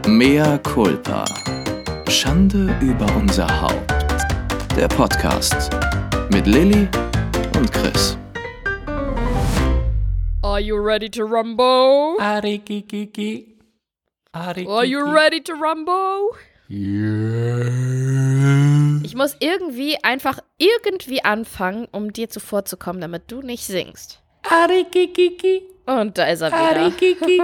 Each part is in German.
Mea culpa. Schande über unser Haupt. Der Podcast mit Lilly und Chris. Are you ready to rumble? Arikikiki. Are you ready to rumble? Yeah. Ich muss irgendwie anfangen, um dir zuvorzukommen, damit du nicht singst. Arikikiki. Und da ist er wieder. Arikiki.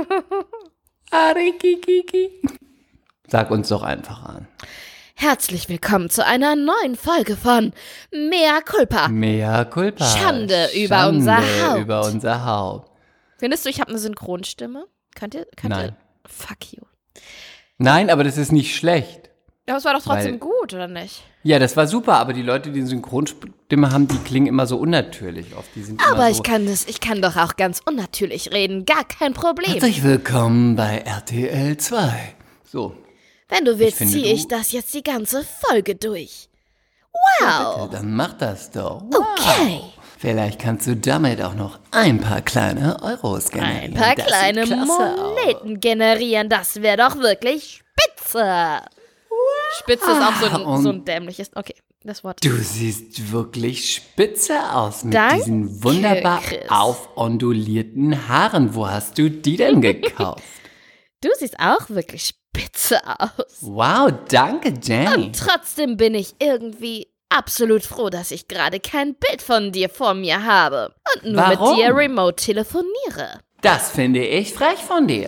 Arikikiki. Sag uns doch einfach an. Herzlich willkommen zu einer neuen Folge von Mea culpa. Mea culpa. Schande über unser Haupt. über unser Haupt. Findest du, ich habe eine Synchronstimme? Könnt ihr? Nein. Fuck you. Nein, aber das ist nicht schlecht. Aber es war doch trotzdem gut, oder nicht? Ja, das war super, aber die Leute, die eine Synchronstimme haben, die klingen immer so unnatürlich oft. Die sind Aber immer so, ich kann doch auch ganz unnatürlich reden, gar kein Problem. Herzlich willkommen bei RTL 2. So. Wenn du willst, finde, ziehe ich du- das jetzt die ganze Folge durch. Ja, Wow. bitte, dann mach das doch. Wow. Okay. Vielleicht kannst du damit auch noch ein paar kleine Euros generieren. Ein paar Das kleine sieht klasse aus. Moneten generieren, das wäre doch wirklich spitze. Spitze ist auch und- so ein dämliches, okay, das Wort. Du siehst wirklich spitze aus mit Danke, diesen wunderbar Chris. aufondulierten Haaren. Wo hast du die denn gekauft? Du siehst auch wirklich spitze aus. Wow, danke, Jenny. Und trotzdem bin ich irgendwie absolut froh, dass ich gerade kein Bild von dir vor mir habe. Und nur Warum? mit dir remote telefoniere. Das finde ich frech von dir.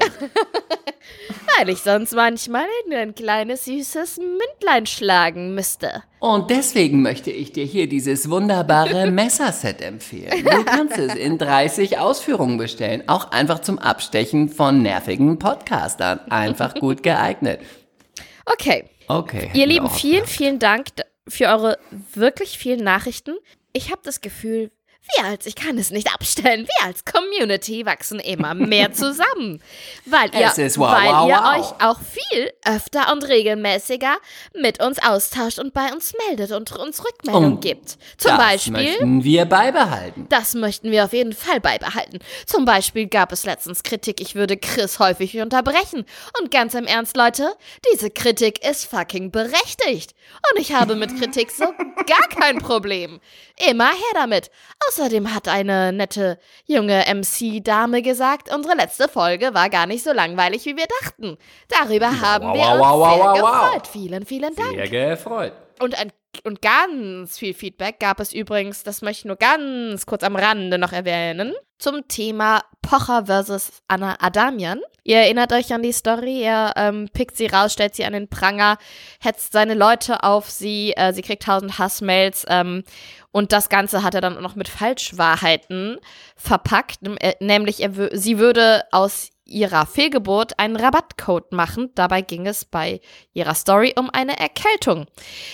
Weil ich sonst manchmal in ein kleines, süßes Mündlein schlagen müsste. Und deswegen möchte ich dir hier dieses wunderbare Messerset empfehlen. Du kannst es in 30 Ausführungen bestellen. Auch einfach zum Abstechen von nervigen Podcastern. Einfach gut geeignet. Okay, Okay. ihr Lieben, in vielen, Ordnung. vielen Dank für eure wirklich vielen Nachrichten. Ich habe das Gefühl, ich kann es nicht abstellen, wir als Community wachsen immer mehr zusammen. Weil ihr, Es ist wow, wow, wow. euch auch viel öfter und regelmäßiger mit uns austauscht und bei uns meldet und uns Rückmeldung gibt. Zum Das Beispiel... möchten wir beibehalten. Das möchten wir auf jeden Fall beibehalten. Zum Beispiel gab es letztens Kritik, ich würde Chris häufig unterbrechen. Und ganz im Ernst, Leute, diese Kritik ist fucking berechtigt. Und ich habe mit Kritik so gar kein Problem. Immer her damit. Außerdem hat eine nette junge MC-Dame gesagt, unsere letzte Folge war gar nicht so langweilig, wie wir dachten. Darüber haben wir uns sehr gefreut. Vielen, vielen Dank. Sehr gefreut. Und ganz viel Feedback gab es übrigens, das möchte ich nur ganz kurz am Rande noch erwähnen, zum Thema Pocher versus Anna Adamian. Ihr erinnert euch an die Story, er pickt sie raus, stellt sie an den Pranger, hetzt seine Leute auf sie, sie kriegt 1000 Hassmails und das Ganze hat er dann noch mit Falschwahrheiten verpackt, nämlich sie würde aus ihrer Fehlgeburt einen Rabattcode machen. Dabei ging es bei ihrer Story um eine Erkältung.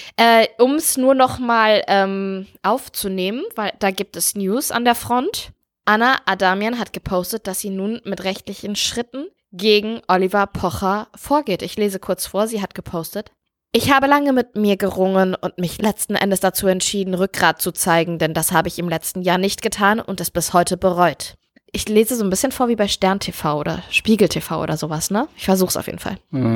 Um es nur noch mal aufzunehmen, weil da gibt es News an der Front. Anna Adamian hat gepostet, dass sie nun mit rechtlichen Schritten gegen Oliver Pocher vorgeht. Ich lese kurz vor, sie hat gepostet: Ich habe lange mit mir gerungen und mich letzten Endes dazu entschieden, Rückgrat zu zeigen, denn das habe ich im letzten Jahr nicht getan und es bis heute bereut. Ich lese so ein bisschen vor wie bei Stern TV oder Spiegel TV oder sowas, ne? Ich versuch's auf jeden Fall.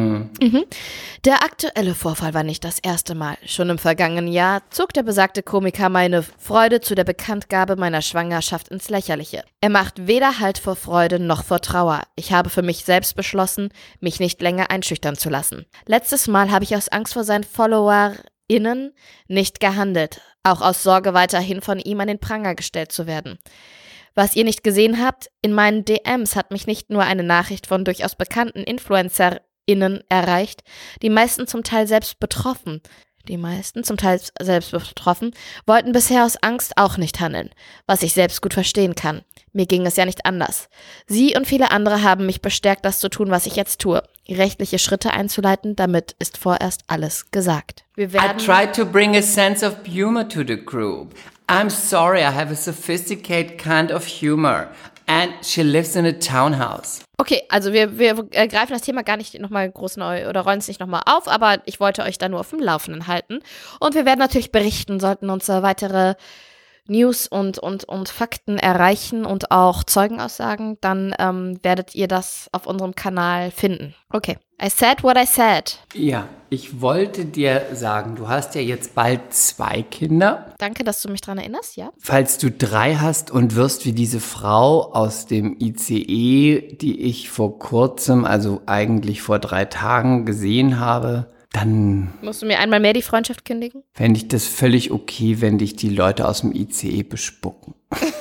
Der aktuelle Vorfall war nicht das erste Mal. Schon im vergangenen Jahr zog der besagte Komiker meine Freude zu der Bekanntgabe meiner Schwangerschaft ins Lächerliche. Er macht weder Halt vor Freude noch vor Trauer. Ich habe für mich selbst beschlossen, mich nicht länger einschüchtern zu lassen. Letztes Mal habe ich aus Angst vor seinen FollowerInnen nicht gehandelt. Auch aus Sorge, weiterhin von ihm an den Pranger gestellt zu werden. Was ihr nicht gesehen habt, in meinen DMs hat mich nicht nur eine Nachricht von durchaus bekannten InfluencerInnen erreicht, die meisten zum Teil selbst betroffen, wollten bisher aus Angst auch nicht handeln, was ich selbst gut verstehen kann. Mir ging es ja nicht anders. Sie und viele andere haben mich bestärkt, das zu tun, was ich jetzt tue. Rechtliche Schritte einzuleiten, damit ist vorerst alles gesagt. Wir I werden tried to bring a sense of humor to the group. I'm sorry, I have a sophisticated kind of humor. And she lives in a townhouse. Okay, also wir greifen das Thema gar nicht nochmal groß neu oder rollen es nicht nochmal auf, aber ich wollte euch da nur auf dem Laufenden halten. Und wir werden natürlich berichten, sollten uns weitere News und Fakten erreichen und auch Zeugenaussagen, dann werdet ihr das auf unserem Kanal finden. Okay, I said what I said. Ja, ich wollte dir sagen, du hast ja jetzt bald 2 Kinder. Danke, dass du mich daran erinnerst, ja. Falls du 3 hast und wirst wie diese Frau aus dem ICE, die ich vor kurzem, also eigentlich vor 3 Tagen gesehen habe, dann Musst du mir einmal mehr die Freundschaft kündigen? fände ich das völlig okay, wenn dich die Leute aus dem ICE bespucken.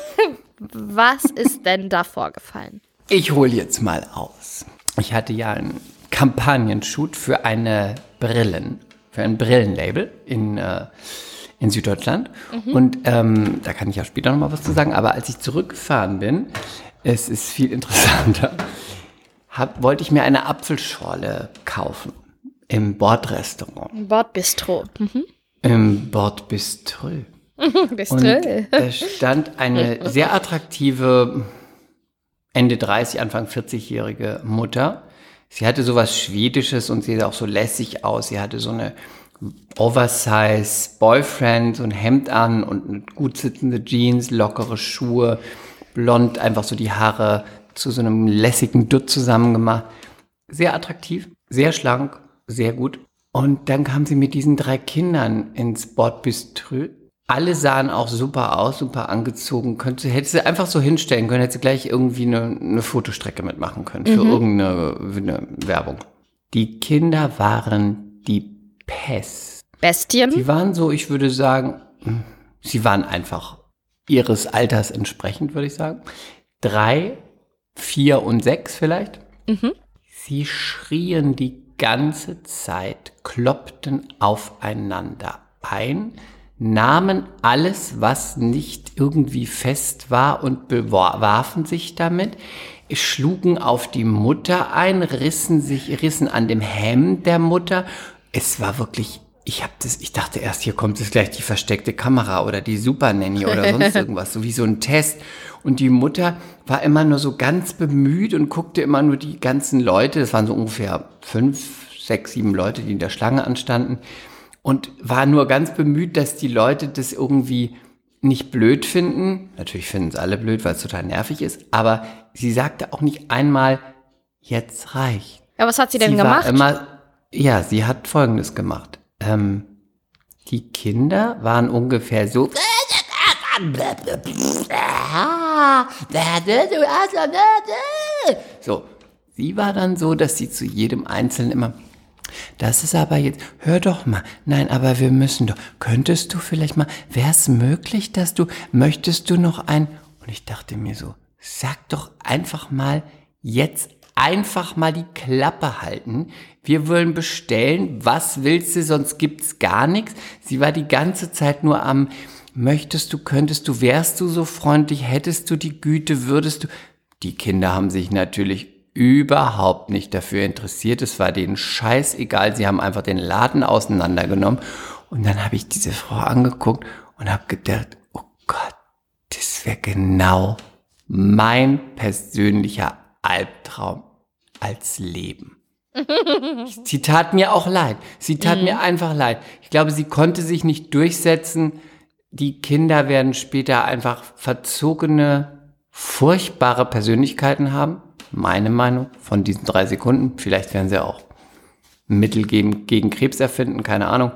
Was ist denn da vorgefallen? Ich hole jetzt mal aus. Ich hatte ja einen Kampagnenshoot für ein Brillenlabel in Süddeutschland. Und da kann ich ja später nochmal was zu sagen. Aber als ich zurückgefahren bin, es ist viel interessanter, wollte ich mir eine Apfelschorle kaufen im Bordrestaurant. Bordbistro. Im Bordbistro. Bistro. Und da stand eine sehr attraktive, Ende 30, Anfang 40-jährige Mutter. Sie hatte sowas Schwedisches und sie sah auch so lässig aus. Sie hatte so eine Oversize-Boyfriend, so ein Hemd an und eine gut sitzende Jeans, lockere Schuhe, blond, einfach so die Haare zu so einem lässigen Dutt zusammengemacht. Sehr attraktiv, sehr schlank, sehr gut. Und dann kam sie mit diesen 3 Kindern ins Bordbistro. Alle sahen auch super aus, super angezogen. Hätte sie einfach so hinstellen können, hätte sie gleich irgendwie eine Fotostrecke mitmachen können für irgendeine Werbung. Die Kinder waren die Pest. Bestien? Die waren so, ich würde sagen, sie waren einfach ihres Alters entsprechend, würde ich sagen. 3, 4 und 6 vielleicht. Sie schrien die ganze Zeit, kloppten aufeinander ein, nahmen alles, was nicht irgendwie fest war und bewarfen sich damit, schlugen auf die Mutter ein, rissen an dem Hemd der Mutter. Es war wirklich, ich dachte erst, hier kommt jetzt gleich die versteckte Kamera oder die Super Nanny oder sonst irgendwas, so wie so ein Test. Und die Mutter war immer nur so ganz bemüht und guckte immer nur die ganzen Leute, das waren so ungefähr 5, 6, 7 Leute, die in der Schlange anstanden, und war nur ganz bemüht, dass die Leute das irgendwie nicht blöd finden. Natürlich finden es alle blöd, weil es total nervig ist, aber sie sagte auch nicht einmal, jetzt reicht. Ja, was hat sie denn gemacht? Sie hat Folgendes gemacht. Die Kinder waren ungefähr so. So, sie war dann so, dass sie zu jedem Einzelnen immer, das ist aber jetzt, hör doch mal, nein, aber wir müssen doch, könntest du vielleicht mal, wäre es möglich, möchtest du noch und ich dachte mir so, sag doch einfach mal, jetzt einfach mal die Klappe halten, wir wollen bestellen, was willst du, sonst gibt's gar nichts. Sie war die ganze Zeit nur am, möchtest du, könntest du, wärst du so freundlich, hättest du die Güte, würdest du, die Kinder haben sich natürlich überhaupt nicht dafür interessiert. Es war denen scheißegal. Sie haben einfach den Laden auseinandergenommen. Und dann habe ich diese Frau angeguckt und habe gedacht, oh Gott, das wäre genau mein persönlicher Albtraum als Leben. Sie tat mir auch leid. Sie tat mir einfach leid. Ich glaube, sie konnte sich nicht durchsetzen. Die Kinder werden später einfach verzogene, furchtbare Persönlichkeiten haben. Meine Meinung von diesen 3 Sekunden. Vielleicht werden sie auch ein Mittel gegen Krebs erfinden, keine Ahnung.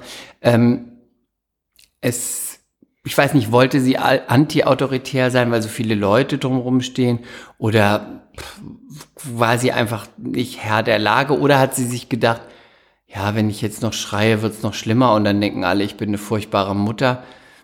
Ich weiß nicht, wollte sie anti-autoritär sein, weil so viele Leute drumherum stehen? Oder war sie einfach nicht Herr der Lage? Oder hat sie sich gedacht, ja, wenn ich jetzt noch schreie, wird's noch schlimmer und dann denken alle, ich bin eine furchtbare Mutter.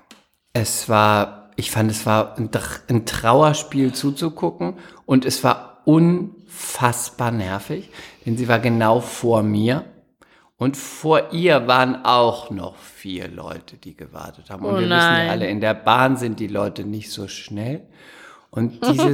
Ich fand, es war ein Trauerspiel zuzugucken und es war unfassbar nervig, denn sie war genau vor mir und vor ihr waren auch noch 4 Leute, die gewartet haben. Und wir wissen ja alle, in der Bahn sind die Leute nicht so schnell. Und der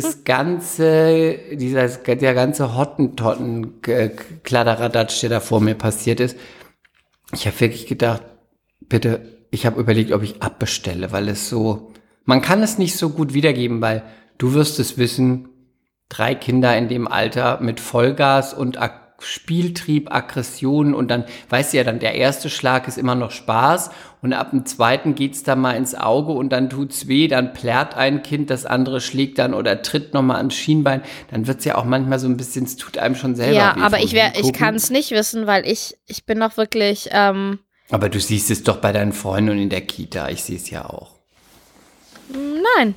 ganze Hottentotten-Kladderadatsch, der da vor mir passiert ist, ich habe wirklich gedacht, bitte, ich habe überlegt, ob ich abbestelle, weil es so, man kann es nicht so gut wiedergeben, weil du wirst es wissen, 3 Kinder in dem Alter mit Vollgas und Spieltrieb, Aggressionen und dann, weißt du ja, dann der erste Schlag ist immer noch Spaß und ab dem zweiten geht's dann mal ins Auge und dann tut's weh, dann plärrt ein Kind, das andere schlägt dann oder tritt nochmal ans Schienbein, dann wird's ja auch manchmal so ein bisschen, es tut einem schon selber weh. Ja, aber ich kann es nicht wissen, weil ich bin noch wirklich, Aber du siehst es doch bei deinen Freunden und in der Kita, ich sehe es ja auch. Nein.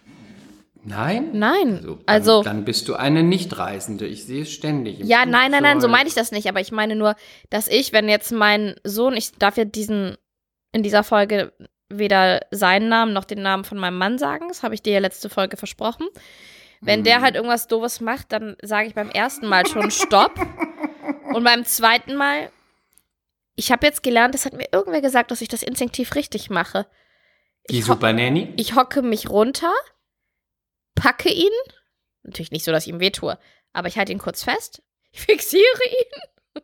Nein? Also dann bist du eine Nichtreisende. Ich sehe es ständig. Ja, nein, so meine ich das nicht. Aber ich meine nur, dass wenn jetzt mein Sohn, ich darf ja in dieser Folge weder seinen Namen noch den Namen von meinem Mann sagen. Das habe ich dir ja letzte Folge versprochen. Wenn der halt irgendwas Doofes macht, dann sage ich beim ersten Mal schon Stopp. Und beim zweiten Mal, ich habe jetzt gelernt, das hat mir irgendwer gesagt, dass ich das instinktiv richtig mache. Die Super Nanny? Ich hocke mich runter, packe ihn, natürlich nicht so, dass ich ihm wehtue, aber ich halte ihn kurz fest, ich fixiere ihn.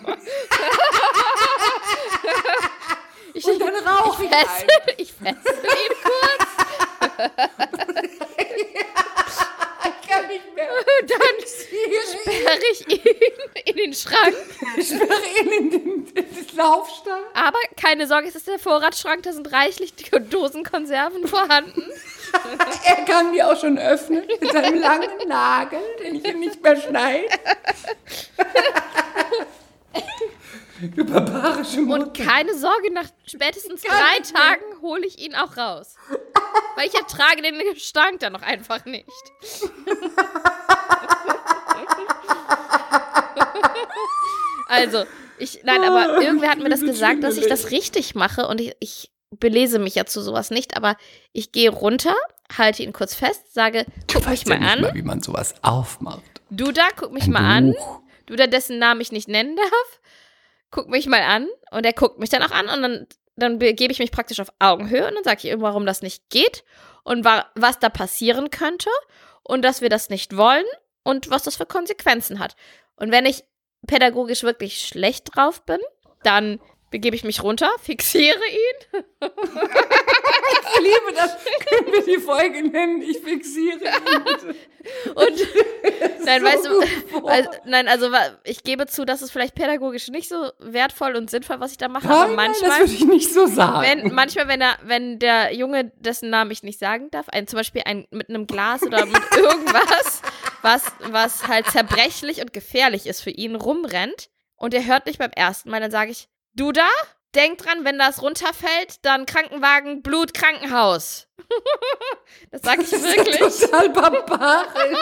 Und dann rauche ich fessel ihn kurz. Ich kann nicht mehr. Dann sperre ich ihn in den Schrank. Sperre ihn in den Laufstall. Aber keine Sorge, es ist der Vorratsschrank, da sind reichlich Dosenkonserven vorhanden. Er kann die auch schon öffnen mit seinem langen Nagel, den ich ihm nicht mehr schneide. Du barbarische Mutter. Und keine Sorge, nach spätestens 3 Tagen hole ich ihn auch raus. Weil ich ertrage den Gestank dann noch einfach nicht. Also, aber irgendwer hat mir das gesagt, dass ich das richtig mache und ich belese mich ja zu sowas nicht, aber ich gehe runter, halte ihn kurz fest, sage, guck mich mal an. Du weißt ja nicht mal, wie man sowas aufmacht. Du da, guck mich mal an. Du da, dessen Namen ich nicht nennen darf, guck mich mal an und er guckt mich dann auch an und dann begebe ich mich praktisch auf Augenhöhe und dann sage ich ihm, warum das nicht geht und was da passieren könnte und dass wir das nicht wollen und was das für Konsequenzen hat. Und wenn ich pädagogisch wirklich schlecht drauf bin, dann begebe ich mich runter, fixiere ihn. Ich liebe das. Können wir die Folge nennen? Ich fixiere ihn, bitte. Und nein, so weißt du, ich gebe zu, dass es vielleicht pädagogisch nicht so wertvoll und sinnvoll, was ich da mache, aber manchmal, das würde ich nicht so sagen. Wenn der Junge, dessen Namen ich nicht sagen darf, zum Beispiel mit einem Glas oder mit irgendwas, was halt zerbrechlich und gefährlich ist für ihn, rumrennt und er hört nicht beim ersten Mal, dann sage ich, du da? Denk dran, wenn das runterfällt, dann Krankenwagen, Blut, Krankenhaus. Das sage ich wirklich. Das ist total barbarisch.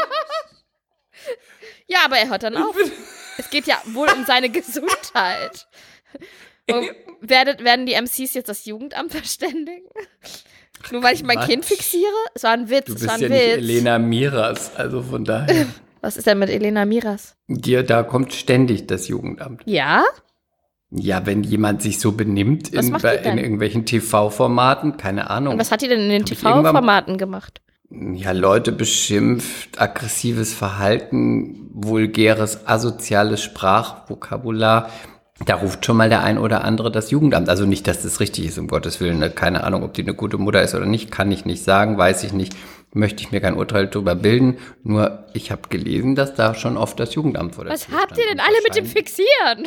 Ja, aber er hört dann auf. Es geht ja wohl um seine Gesundheit. Und werden die MCs jetzt das Jugendamt verständigen? Nur weil ich mein Kind fixiere? Es war ein Witz. Du bist ja nicht Elena Miras, also von daher. Was ist denn mit Elena Miras? Da kommt ständig das Jugendamt. Ja? Ja, wenn jemand sich so benimmt in irgendwelchen TV-Formaten, keine Ahnung. Und was hat die denn in den TV-Formaten gemacht? Ja, Leute beschimpft, aggressives Verhalten, vulgäres, asoziales Sprachvokabular. Da ruft schon mal der ein oder andere das Jugendamt. Also nicht, dass das richtig ist, um Gottes Willen. Keine Ahnung, ob die eine gute Mutter ist oder nicht, kann ich nicht sagen, weiß ich nicht. Möchte ich mir kein Urteil darüber bilden. Nur, ich habe gelesen, dass da schon oft das Jugendamt vor der Tür stand. Was habt ihr denn alle mit dem Fixieren?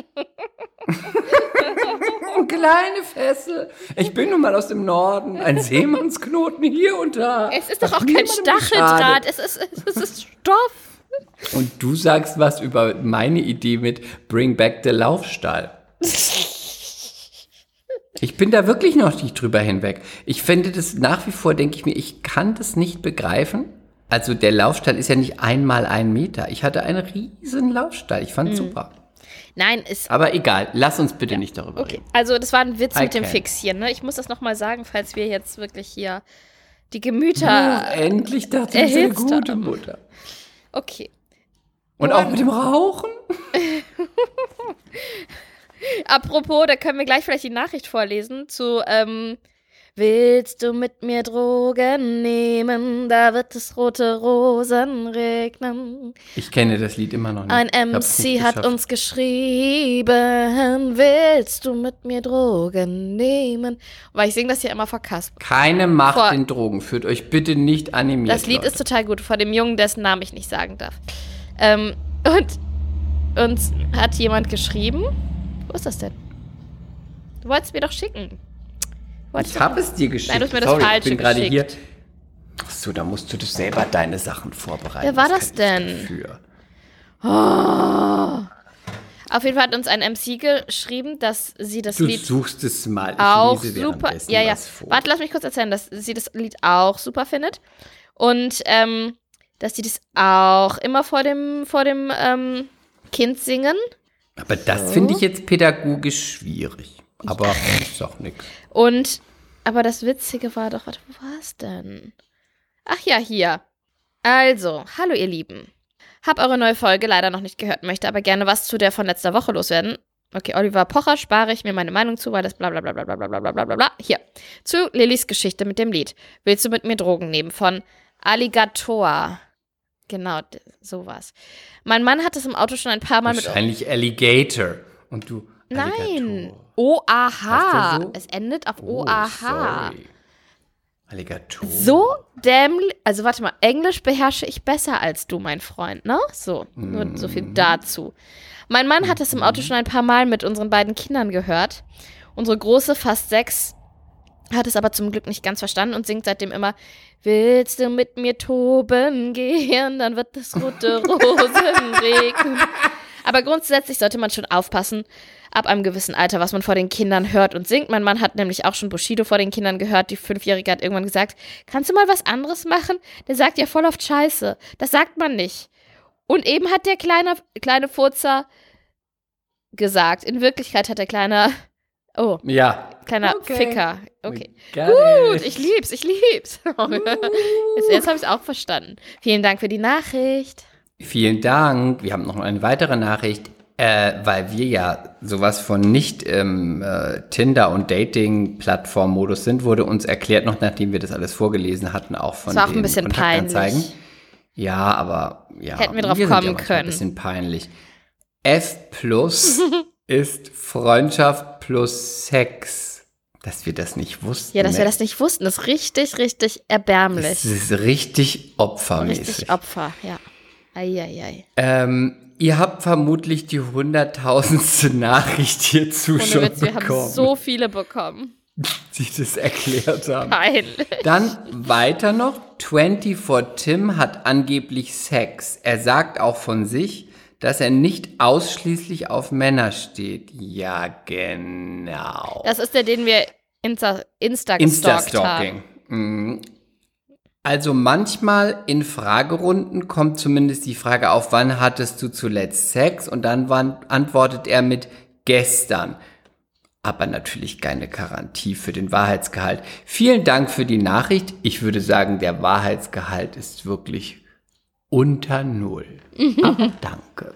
Kleine Fessel. Ich bin nun mal aus dem Norden. Ein Seemannsknoten hier und da. Es ist doch auch kein Stacheldraht. Es ist Stoff. Und du sagst was über meine Idee mit Bring Back the Laufstall. Ich bin da wirklich noch nicht drüber hinweg. Ich finde das nach wie vor, denke ich mir, ich kann das nicht begreifen. Also der Laufstall ist ja nicht einmal 1 Meter. Ich hatte einen riesen Laufstall. Ich fand es super. Nein, aber egal, lass uns bitte nicht darüber reden. Also das war ein Witz mit dem Fixieren. Ne? Ich muss das nochmal sagen, falls wir jetzt wirklich hier die Gemüter endlich dachte ich, eine gute Mutter. Okay. Und auch mit dem Rauchen? Apropos, da können wir gleich vielleicht die Nachricht vorlesen zu willst du mit mir Drogen nehmen, da wird es rote Rosen regnen. Ich kenne das Lied immer noch nicht. Ein MC hat uns geschrieben, willst du mit mir Drogen nehmen? Weil ich singe das ja immer vor Kasper. Keine Macht in Drogen, führt euch bitte nicht animiert. Das Lied ist total gut, vor dem Jungen, dessen Namen ich nicht sagen darf. Und uns hat jemand geschrieben. Wo ist das denn? Du wolltest mir doch schicken. Ich habe es dir geschickt. Nein, du hast mir das Falsche ich bin gerade hier. geschickt. Achso, da musst du selber deine Sachen vorbereiten. Wer war das denn? Dafür. Oh. Auf jeden Fall hat uns ein MC geschrieben, dass sie das Lied suchst es mal. Ich auch lese super. währenddessen was vor. Warte, lass mich kurz erzählen, dass sie das Lied auch super findet und dass sie das auch immer vor dem Kind singen. Aber das finde ich jetzt pädagogisch schwierig. Aber ich sag nichts. Aber das Witzige war doch, warte, wo war es denn? Ach ja, hier. Also, hallo ihr Lieben. Hab eure neue Folge leider noch nicht gehört, möchte aber gerne was zu der von letzter Woche loswerden. Okay, Oliver Pocher, spare ich mir meine Meinung zu, weil das bla bla bla bla bla bla bla bla bla bla. Hier, zu Lillys Geschichte mit dem Lied. Willst du mit mir Drogen nehmen? Von Alligator. Genau, sowas. Mein Mann hat es im Auto schon ein paar Mal Wahrscheinlich Alligator. Und du Nein, Alligator. OAH. Heißt der so? Es endet auf Oh, OAH. sorry. Alligator. So dämlich, also warte mal, Englisch beherrsche ich besser als du, mein Freund, ne? So, nur so viel dazu. Mein Mann hat es im Auto schon ein paar Mal mit unseren beiden Kindern gehört. Unsere Große, fast 6, hat es aber zum Glück nicht ganz verstanden und singt seitdem immer: Willst du mit mir toben gehen, dann wird es rote Rosen regnen. Aber grundsätzlich sollte man schon aufpassen, ab einem gewissen Alter, was man vor den Kindern hört und singt. Mein Mann hat nämlich auch schon Bushido vor den Kindern gehört. Die 5-Jährige hat irgendwann gesagt: Kannst du mal was anderes machen? Der sagt ja voll oft Scheiße. Das sagt man nicht. Und eben hat der kleine Furzer gesagt. In Wirklichkeit hat der kleiner Ficker. Okay. Gut, ich lieb's. Jetzt habe ich es auch verstanden. Vielen Dank für die Nachricht. Vielen Dank. Wir haben noch eine weitere Nachricht, weil wir ja sowas von nicht im Tinder- und Dating-Plattform-Modus sind, wurde uns erklärt, noch nachdem wir das alles vorgelesen hatten, auch von den Das war auch ein bisschen Kontaktanzeigen. peinlich. Ja, aber ja. Hätten wir drauf sind kommen ja manchmal können. Ein bisschen peinlich. F+ ist Freundschaft plus Sex. Dass wir das nicht wussten. Ja, dass wir das nicht wussten, ist richtig, richtig erbärmlich. Das ist richtig opfermäßig. Richtig Opfer, ja. Eieiei. Ihr habt vermutlich die 100.000. Nachricht hierzu schon Witz, wir bekommen. haben so viele bekommen. Die das erklärt haben. Peinlich. Dann weiter noch. 24 Tim hat angeblich Sex. Er sagt auch von sich, dass er nicht ausschließlich auf Männer steht. Ja, genau. Das ist der, den wir Insta-gestalkt haben. Also manchmal in Fragerunden kommt zumindest die Frage auf, wann hattest du zuletzt Sex? Und dann antwortet er mit gestern. Aber natürlich keine Garantie für den Wahrheitsgehalt. Vielen Dank für die Nachricht. Ich würde sagen, der Wahrheitsgehalt ist wirklich unter 0. Aber danke.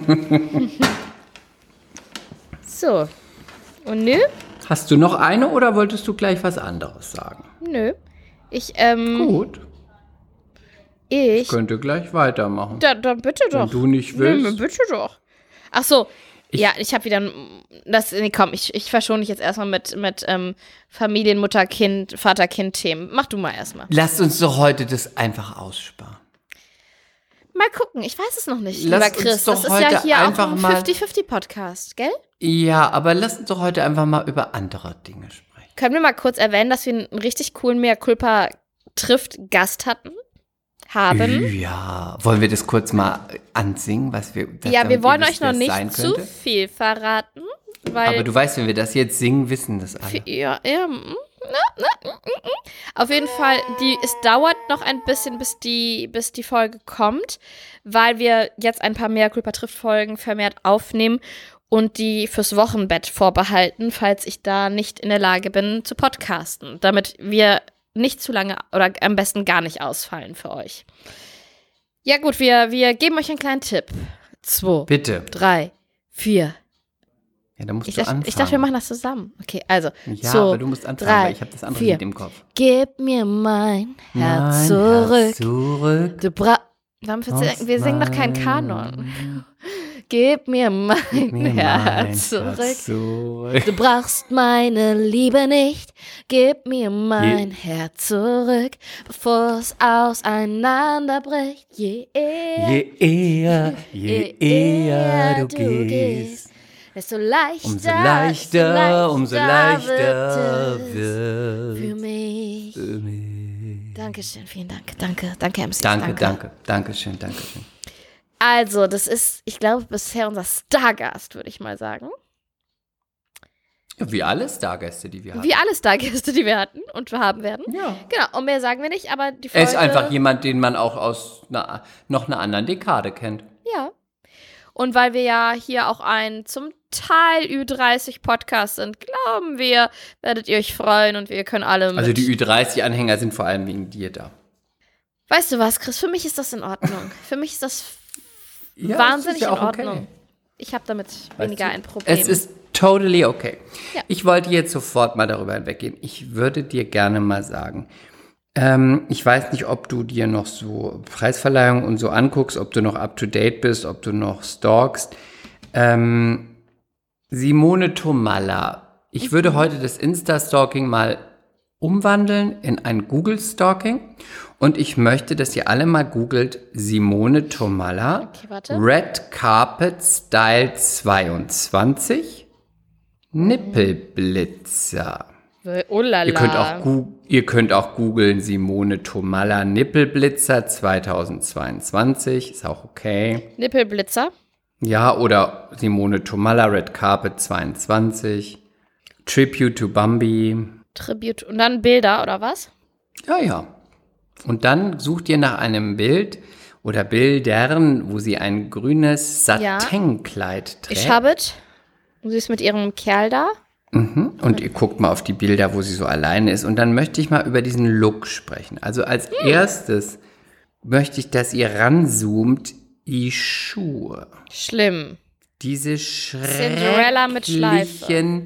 So. Und nö? Hast du noch eine oder wolltest du gleich was anderes sagen? Nö. Gut. Ich könnte gleich weitermachen. Dann bitte doch. Wenn du nicht willst. Nö, bitte doch. Ach so. Ich habe wieder ich verschone dich jetzt erstmal mit Familien, Mutter, Kind, Vater, Kind-Themen. Mach du mal erstmal. Lasst uns doch heute das einfach aussparen. Mal gucken, ich weiß es noch nicht, Lass lieber Chris. uns doch Das ist heute ja hier einfach auch ein mal 50-50-Podcast, gell? Ja, aber lass uns doch heute einfach mal über andere Dinge sprechen. Können wir mal kurz erwähnen, dass wir einen richtig coolen Mea Culpa trifft Gast haben? Ja, wollen wir das kurz mal ansingen, was wir wir wollen euch noch nicht zu viel verraten, weil aber du weißt, wenn wir das jetzt singen, wissen das alle. Auf jeden Fall, es dauert noch ein bisschen, bis die Folge kommt, weil wir jetzt ein paar Mea Culpa trifft Folgen vermehrt aufnehmen und die fürs Wochenbett vorbehalten, falls ich da nicht in der Lage bin zu podcasten, damit wir nicht zu lange oder am besten gar nicht ausfallen für euch. Ja gut, wir geben euch einen kleinen Tipp. 2, Bitte. 3, 4. Ja, da musst du anfangen. Ich dachte, wir machen das zusammen. Okay, also. Ja, 2, aber du musst anfangen, 3, weil ich habe das andere 4. Lied im Kopf. Gib mir mein Herz zurück. Wir Wir singen doch keinen Kanon. Gib mir mein Herz zurück. Du brauchst meine Liebe nicht. Gib mir mein Herz zurück, bevor es auseinanderbricht. Je eher du gehst, desto leichter wird für mich. Dankeschön, vielen Dank. Danke, MC. Dankeschön. Also, das ist, ich glaube, bisher unser Stargast, würde ich mal sagen. Wie alle Stargäste, die wir hatten. Wie alle Stargäste, die wir hatten und wir haben werden. Ja. Genau, und mehr sagen wir nicht, aber die Folge... Er ist einfach jemand, den man auch aus noch einer anderen Dekade kennt. Ja. Und weil wir ja hier auch ein zum Teil Ü30-Podcast sind, glauben wir, werdet ihr euch freuen und wir können alle mit. Also die Ü30-Anhänger sind vor allem wegen dir da. Weißt du was, Chris? Für mich ist das in Ordnung. Für mich ist das wahnsinnig in Ordnung. Okay. Ich habe damit weniger ein Problem. Es ist totally okay. Ja. Ich wollte jetzt sofort mal darüber hinweggehen. Ich würde dir gerne mal sagen, ich weiß nicht, ob du dir noch so Preisverleihungen und so anguckst, ob du noch up-to-date bist, ob du noch stalkst. Simone Tomalla. Ich würde heute das Insta-Stalking mal umwandeln in ein Google-Stalking. Und ich möchte, dass ihr alle mal googelt Simone Tomalla. Okay, warte. Red Carpet Style 22. Nippelblitzer. Oh la la. Ihr könnt auch googeln Simone Tomalla Nippelblitzer 2022. Ist auch okay. Nippelblitzer? Ja, oder Simone Tomalla Red Carpet 22. Tribute to Bambi. Tribute. Und dann Bilder, oder was? Ja. Und dann sucht ihr nach einem Bild oder Bildern, wo sie ein grünes Satinkleid trägt. Ich habe es. Und sie ist mit ihrem Kerl da. Und ihr guckt mal auf die Bilder, wo sie so alleine ist. Und dann möchte ich mal über diesen Look sprechen. Also als erstes möchte ich, dass ihr ranzoomt, die Schuhe. Schlimm. Diese Cinderella mit Schleife. schrecklichen,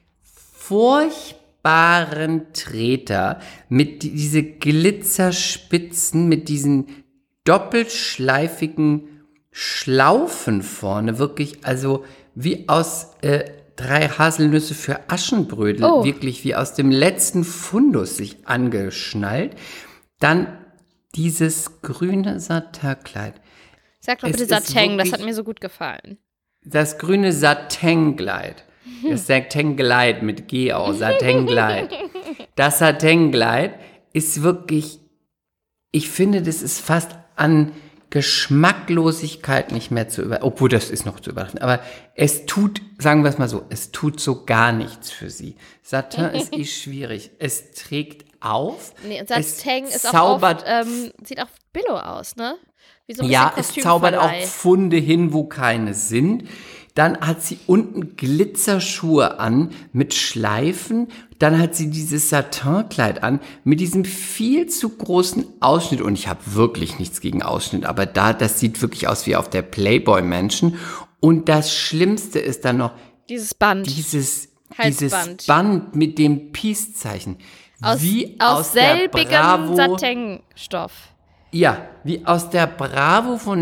furchtbaren Treter mit diese Glitzerspitzen, mit diesen doppelschleifigen Schlaufen vorne. Wirklich, also wie aus 3 Haselnüsse für Aschenbrödel, wirklich wie aus dem letzten Fundus sich angeschnallt. Dann dieses grüne Satinkleid. Sag doch bitte Satin, das hat mir so gut gefallen. Das grüne Satinkleid. Das Satinkleid mit G auch, Satinkleid. Das Satinkleid ist wirklich, ich finde, das ist fast an Geschmacklosigkeit nicht mehr zu übertreffen. Obwohl, das ist noch zu übertreffen. Aber es tut, sagen wir es mal so, es tut so gar nichts für sie. Satin ist schwierig. Es trägt auf. Nee, und Satin ist auch oft, sieht auch billow aus, ne? Wie so ein bisschen es zaubert auch Pfunde hin, wo keine sind. Dann hat sie unten Glitzerschuhe an mit Schleifen. Dann hat sie dieses Satinkleid an mit diesem viel zu großen Ausschnitt. Und ich habe wirklich nichts gegen Ausschnitt, aber das sieht wirklich aus wie auf der Playboy Mansion. Und das Schlimmste ist dann noch dieses Band. Dieses Band mit dem Peace-Zeichen. Aus selbigem Satinstoff. Ja, wie aus der Bravo von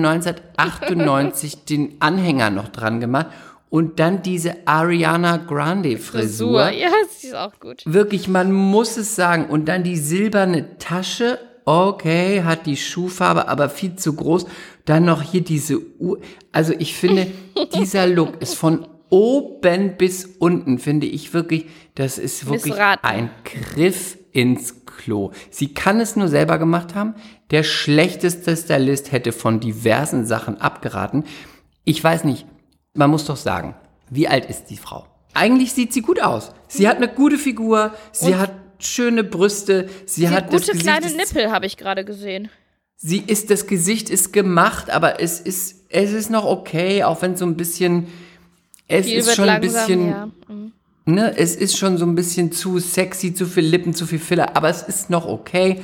1998 den Anhänger noch dran gemacht und dann diese Ariana Grande Frisur. Ja, sie ist auch gut. Wirklich, man muss es sagen. Und dann die silberne Tasche, okay, hat die Schuhfarbe, aber viel zu groß. Dann noch hier diese Uhr. Also ich finde, dieser Look ist von oben bis unten, finde ich wirklich, das ist wirklich ein Griff ins Klo. Sie kann es nur selber gemacht haben. Der schlechteste Stylist hätte von diversen Sachen abgeraten. Ich weiß nicht, man muss doch sagen, wie alt ist die Frau? Eigentlich sieht sie gut aus. Sie hat eine gute Figur, sie hat schöne Brüste, sie hat gute kleine Nippel, habe ich gerade gesehen. Das Gesicht ist gemacht, aber es ist noch okay, auch wenn so ein bisschen, es ist schon ein bisschen, ne, es ist schon so ein bisschen zu sexy, zu viel Lippen, zu viel Filler, aber es ist noch okay.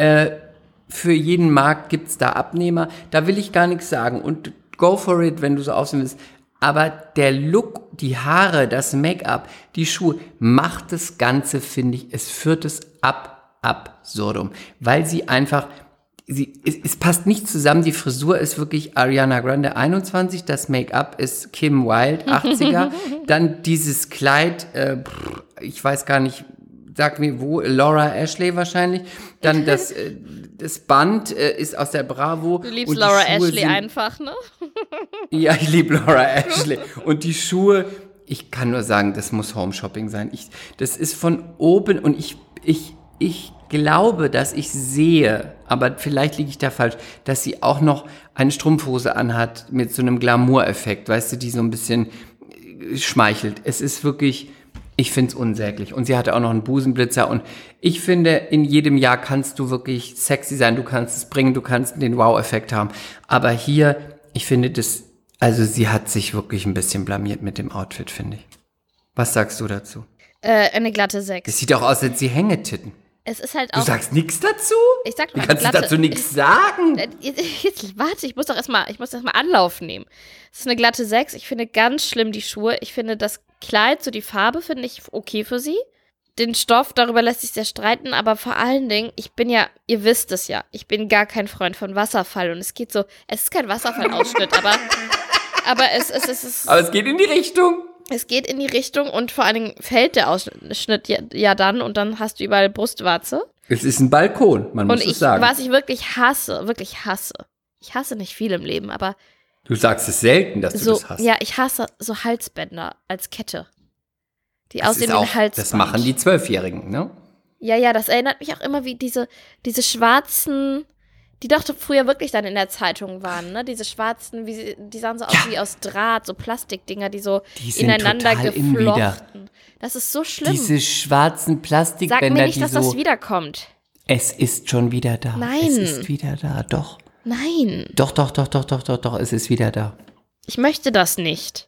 Für jeden Markt gibt's da Abnehmer, da will ich gar nichts sagen und go for it, wenn du so aussehen willst. Aber der Look, die Haare, das Make-up, die Schuhe, macht das Ganze, finde ich, es führt es ab absurdum, weil sie es passt nicht zusammen. Die Frisur ist wirklich Ariana Grande 21, das Make-up ist Kim Wilde 80er. Dann dieses Kleid, ich weiß gar nicht, sag mir wo, Laura Ashley wahrscheinlich. Dann das Band ist aus der Bravo. Du liebst Laura Ashley einfach, ne? Ja, ich liebe Laura Ashley. Und die Schuhe, ich kann nur sagen, das muss Home Shopping sein. Das ist von oben und ich glaube, dass ich sehe, aber vielleicht liege ich da falsch, dass sie auch noch eine Strumpfhose anhat mit so einem Glamour-Effekt, weißt du, die so ein bisschen schmeichelt. Es ist wirklich, ich finde es unsäglich. Und sie hatte auch noch einen Busenblitzer und ich finde, in jedem Jahr kannst du wirklich sexy sein, du kannst es bringen, du kannst den Wow-Effekt haben. Aber hier, ich finde das, also sie hat sich wirklich ein bisschen blamiert mit dem Outfit, finde ich. Was sagst du dazu? Eine glatte 6. Es sieht auch aus, als sie Hängetitten. Es ist halt auch. Du sagst nichts dazu? Ich sag Wie mal, kannst du dazu nichts sagen? Jetzt warte, ich muss erstmal Anlauf nehmen. Es ist eine glatte 6. Ich finde ganz schlimm die Schuhe. Ich finde das Kleid, so die Farbe, finde ich okay für sie. Den Stoff, darüber lässt sich sehr streiten, aber vor allen Dingen, ich bin ja, ihr wisst es ja, ich bin gar kein Freund von Wasserfall und es geht so, es ist kein Wasserfallausschnitt, aber es ist. Aber es geht in die Richtung. Es geht in die Richtung und vor allen Dingen fällt der Ausschnitt ja dann und dann hast du überall Brustwarze. Es ist ein Balkon, man muss es sagen. Was ich wirklich hasse, ich hasse nicht viel im Leben, aber du sagst es selten, dass du das hast. Ja, ich hasse so Halsbänder als Kette. Die das aussehen wie ein Halsband. Das machen die 12-Jährigen, ne? Ja, das erinnert mich auch immer wie diese schwarzen, die doch früher wirklich dann in der Zeitung waren, ne? Diese schwarzen, die sahen so aus wie aus Draht, so Plastikdinger, die so ineinander geflochten. Das ist so schlimm. Diese schwarzen Plastikbänder, Sag mir nicht, dass das wiederkommt. Es ist schon wieder da. Nein. Es ist wieder da, doch. Nein. Doch, es ist wieder da. Ich möchte das nicht.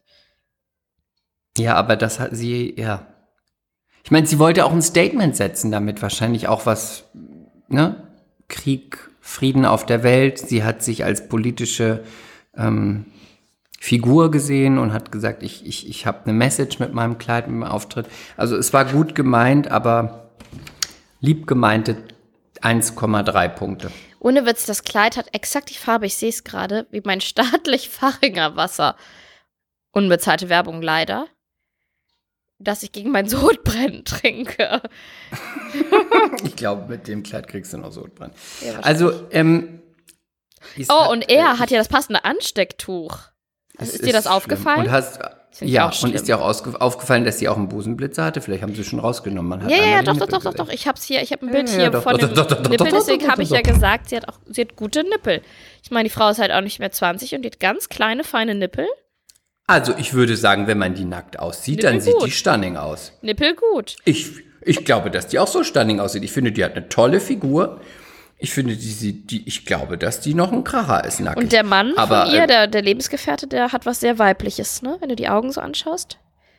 Ja, aber das hat sie, ja. Ich meine, sie wollte auch ein Statement setzen damit, wahrscheinlich auch was, ne? Krieg, Frieden auf der Welt. Sie hat sich als politische Figur gesehen und hat gesagt, ich habe eine Message mit meinem Kleid, mit meinem Auftritt. Also es war gut gemeint, aber lieb gemeinte 1,3 Punkte. Ohne Witz, das Kleid hat exakt die Farbe, ich sehe es gerade, wie mein staatlich Faringer Wasser. Unbezahlte Werbung leider. Dass ich gegen mein Sodbrennen trinke. Ich glaube, mit dem Kleid kriegst du noch Sodbrennen. Ja, also, und er hat ja das passende Anstecktuch. Also ist dir das aufgefallen? Und ist dir auch aufgefallen, dass sie auch einen Busenblitzer hatte? Vielleicht haben sie schon rausgenommen. Doch. Ich habe ein Bild hier von dem Nippel, deswegen habe ich ja gesagt, sie hat gute Nippel. Ich meine, die Frau ist halt auch nicht mehr 20 und die hat ganz kleine, feine Nippel. Also ich würde sagen, wenn man die nackt aussieht, Nippel dann sieht gut. die stunning aus. Nippel gut. Ich glaube, dass die auch so stunning aussieht. Ich finde, die hat eine tolle Figur. Ich finde, ich glaube, dass die noch ein Kracher ist, nackig. Und der Mann von ihr, der Lebensgefährte, der hat was sehr Weibliches, ne? Wenn du die Augen so anschaust.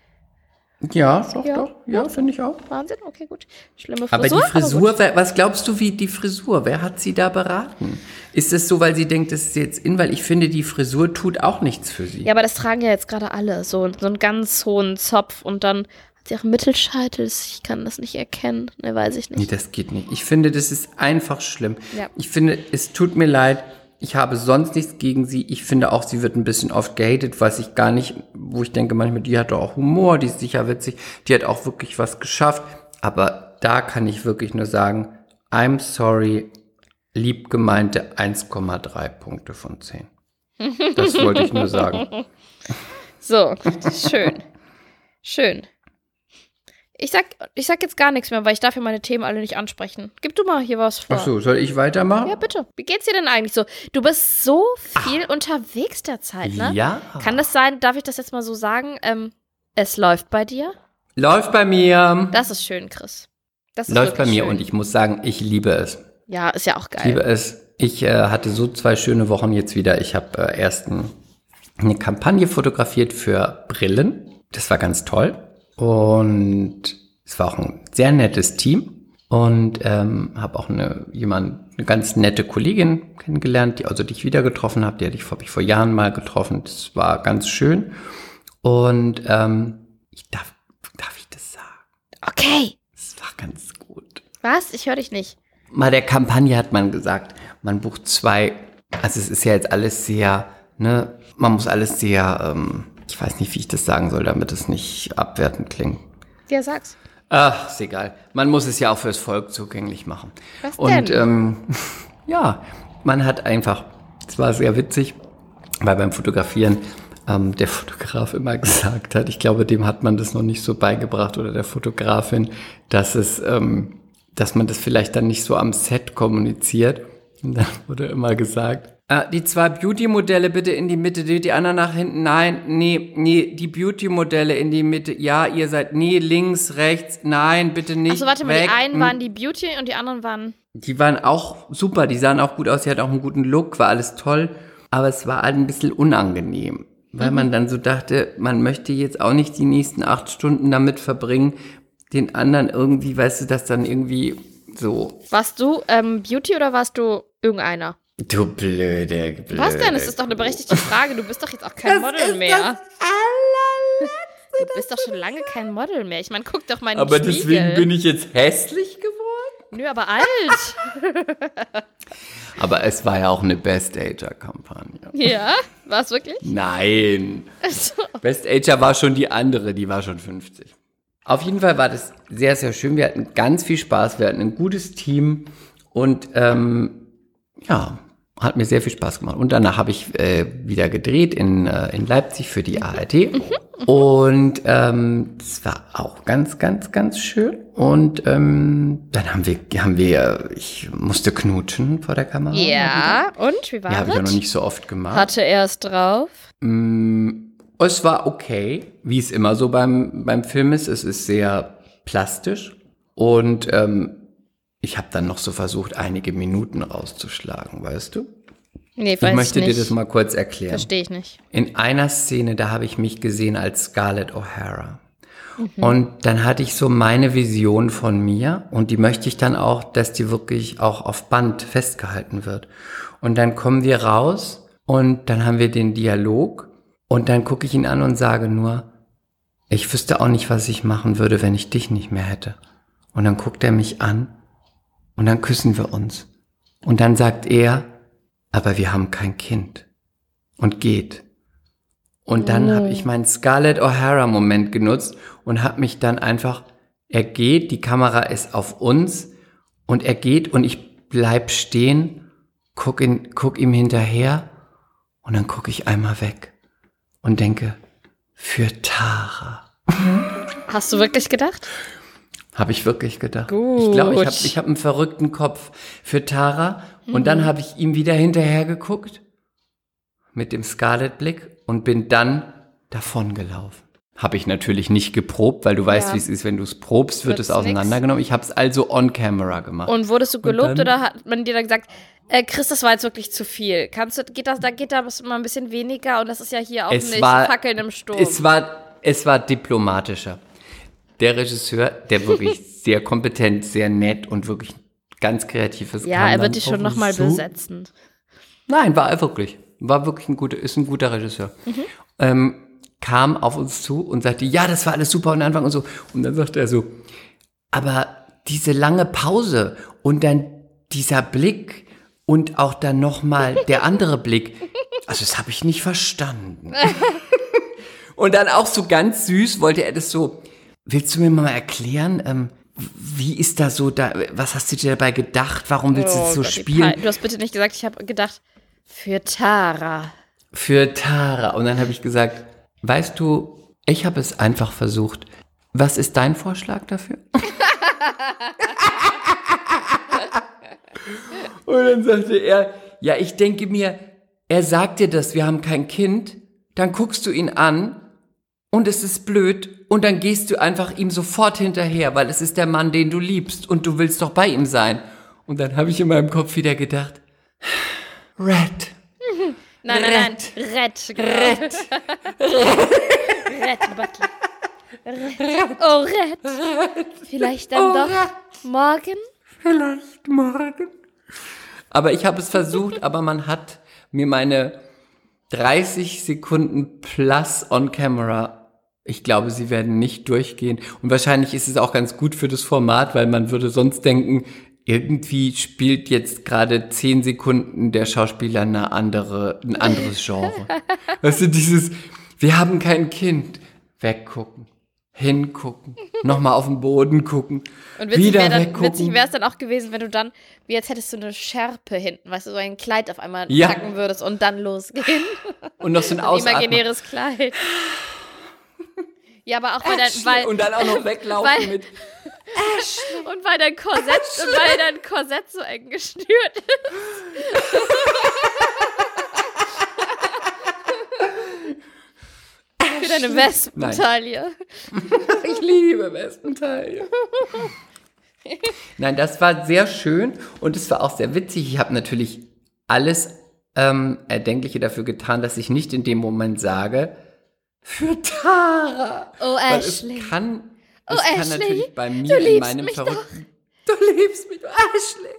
Ja, doch. Ja, finde ich auch. Wahnsinn, okay, gut. Schlimme Aber Frisur. die Frisur, was glaubst du, wie die Frisur? Wer hat sie da beraten? Ist es so, weil sie denkt, das ist jetzt in? Weil ich finde, die Frisur tut auch nichts für sie. Ja, aber das tragen ja jetzt gerade alle. So einen ganz hohen Zopf und dann hat sie auch einen Mittelscheitel. Ich kann das nicht erkennen. Ne, weiß ich nicht. Nee, das geht nicht. Ich finde, das ist einfach schlimm. Ja. Ich finde, es tut mir leid. Ich habe sonst nichts gegen sie. Ich finde auch, sie wird ein bisschen oft gehatet, wo ich denke manchmal, die hat doch auch Humor, die ist sicher witzig, die hat auch wirklich was geschafft. Aber da kann ich wirklich nur sagen, I'm sorry, lieb gemeinte 1,3 Punkte von 10. Das wollte ich nur sagen. So, schön. Ich sag jetzt gar nichts mehr, weil ich darf ja meine Themen alle nicht ansprechen. Gib du mal hier was vor. Ach so, soll ich weitermachen? Ja, bitte. Wie geht's dir denn eigentlich so? Du bist so viel unterwegs derzeit, ne? Ja. Kann das sein, darf ich das jetzt mal so sagen, es läuft bei dir? Läuft bei mir. Das ist schön, Chris. Das ist Läuft bei mir schön. Und ich muss sagen, ich liebe es. Ja, ist ja auch geil. Ich liebe es. Ich hatte so 2 schöne Wochen jetzt wieder. Ich habe erst eine Kampagne fotografiert für Brillen. Das war ganz toll. Und es war auch ein sehr nettes Team. Und habe auch eine ganz nette Kollegin kennengelernt, die ich wieder getroffen habe. Die habe ich vor Jahren mal getroffen. Das war ganz schön. Und darf ich das sagen? Okay. Das war ganz gut. Was? Ich höre dich nicht. Mal der Kampagne hat man gesagt. man bucht 2, also es ist ja jetzt alles sehr, ne, man muss alles sehr, ich weiß nicht, wie ich das sagen soll, damit es nicht abwertend klingt. Ja, sag's. Ach, ist egal. Man muss es ja auch fürs Volk zugänglich machen. Was denn? Und ja, man hat einfach, es war sehr witzig, weil beim Fotografieren der Fotograf immer gesagt hat, ich glaube, dem hat man das noch nicht so beigebracht oder der Fotografin, dass man das vielleicht dann nicht so am Set kommuniziert. Und dann wurde immer gesagt, die 2 Beauty-Modelle bitte in die Mitte, die anderen nach hinten, nein, nee, die Beauty-Modelle in die Mitte, ja, ihr seid, nee, links, rechts, nein, bitte nicht. Also warte mal, weg. die einen waren die Beauty und die anderen waren... Die waren auch super, die sahen auch gut aus, die hatten auch einen guten Look, war alles toll, aber es war halt ein bisschen unangenehm, weil man dann so dachte, man möchte jetzt auch nicht die nächsten 8 Stunden damit verbringen, den anderen irgendwie, weißt du, das dann irgendwie so. Warst du Beauty oder warst du irgendeiner? Du blöde. Was denn? Das ist doch eine berechtigte Frage. Du bist doch jetzt auch kein Model mehr. Du bist doch schon lange kein Model mehr. Ich meine, guck doch mal in den Aber Spiegel. deswegen bin ich jetzt hässlich geworden? Nö, aber alt. Aber es war ja auch eine Best-Ager-Kampagne. Ja? War es wirklich? Nein. Also. Best-Ager war schon die andere, die war schon 50. Auf jeden Fall war das sehr, sehr schön. Wir hatten ganz viel Spaß, wir hatten ein gutes Team und ja, hat mir sehr viel Spaß gemacht. Und danach habe ich wieder gedreht in Leipzig für die ARD. Und es war auch ganz, ganz, ganz schön. Und dann ich musste knutschen vor der Kamera. Ja, und wie war Ja, das? habe ich ja noch nicht so oft gemacht. Hatte er es drauf? Es war okay, wie es immer so beim Film ist. Es ist sehr plastisch. Und ich habe dann noch so versucht, einige Minuten rauszuschlagen, weißt du? Nee, Ich weiß möchte nicht. dir das mal kurz erklären. Verstehe ich nicht. In einer Szene, da habe ich mich gesehen als Scarlett O'Hara. Und dann hatte ich so meine Vision von mir und die möchte ich dann auch, dass die wirklich auch auf Band festgehalten wird. Und dann kommen wir raus und dann haben wir den Dialog und dann gucke ich ihn an und sage nur, ich wüsste auch nicht, was ich machen würde, wenn ich dich nicht mehr hätte. Und dann guckt er mich an und dann küssen wir uns. Und dann sagt er, aber wir haben kein Kind. Und geht. Und dann habe ich meinen Scarlett O'Hara-Moment genutzt und habe mich dann einfach, er geht, die Kamera ist auf uns und er geht und ich bleib stehen, guck ihm hinterher und dann gucke ich einmal weg und denke, für Tara. Hast du wirklich gedacht? Habe ich wirklich gedacht. Gut. Ich glaube, ich hab einen verrückten Kopf für Tara. Und dann habe ich ihm wieder hinterher geguckt mit dem Scarlett-Blick und bin dann davon gelaufen. Habe ich natürlich nicht geprobt, weil du weißt, wie es ist, wenn du es probst, wird es auseinandergenommen. Ich habe es also on camera gemacht. Und wurdest du gelobt oder hat man dir dann gesagt, Chris, das war jetzt wirklich zu viel. Geht da mal ein bisschen weniger? Und das ist ja hier auch nicht Fackeln im Sturm. Es war diplomatischer. Der Regisseur, der wirklich sehr kompetent, sehr nett und wirklich ganz kreatives Ja, er wird dich schon nochmal besetzen. Nein, war er wirklich. War wirklich ein guter Regisseur. Kam auf uns zu und sagte, ja, das war alles super am Anfang und so. Und dann sagte er so, aber diese lange Pause und dann dieser Blick und auch dann nochmal der andere Blick, also das habe ich nicht verstanden. Und dann auch so ganz süß wollte er das so, willst du mir mal erklären, wie ist da so, was hast du dir dabei gedacht, warum willst du das so spielen? Du hast bitte nicht gesagt, ich habe gedacht, für Tara. Für Tara. Und dann habe ich gesagt, weißt du, ich habe es einfach versucht. Was ist dein Vorschlag dafür? Und dann sagte er, ja, ich denke mir, er sagt dir das, wir haben kein Kind, dann guckst du ihn an und es ist blöd und dann gehst du einfach ihm sofort hinterher, weil es ist der Mann, den du liebst und du willst doch bei ihm sein. Und dann habe ich in meinem Kopf wieder gedacht, Red. Nein, Red. Red, Butler. Oh, Red. Vielleicht dann doch morgen? Vielleicht morgen. Aber ich habe es versucht, aber man hat mir meine 30 Sekunden plus on camera, ich glaube, sie werden nicht durchgehen. Und wahrscheinlich ist es auch ganz gut für das Format, weil man würde sonst denken, irgendwie spielt jetzt gerade 10 Sekunden der Schauspieler ein anderes Genre. Weißt du, wir haben kein Kind, weggucken, hingucken, nochmal auf den Boden gucken, Und wieder weggucken. witzig wäre es dann auch gewesen, wenn du dann, wie jetzt hättest du eine Schärpe hinten, weißt du, so ein Kleid auf einmal packen würdest und dann losgehen. Und noch so ein Ein Ausatmen. imaginäres Kleid. Ja, aber auch weil und dann auch noch weglaufen weil- mit und weil dein Korsett so eng geschnürt ist. Für deine Wespentaille. Ich liebe Wespentaille. Nein, das war sehr schön und es war auch sehr witzig. Ich habe natürlich alles Erdenkliche dafür getan, dass ich nicht in dem Moment sage, für Tara. Oh, Weil Ashley. Es kann Ashley, natürlich bei du mir in liebst meinem mich verrückten... Du liebst mich, Ashley.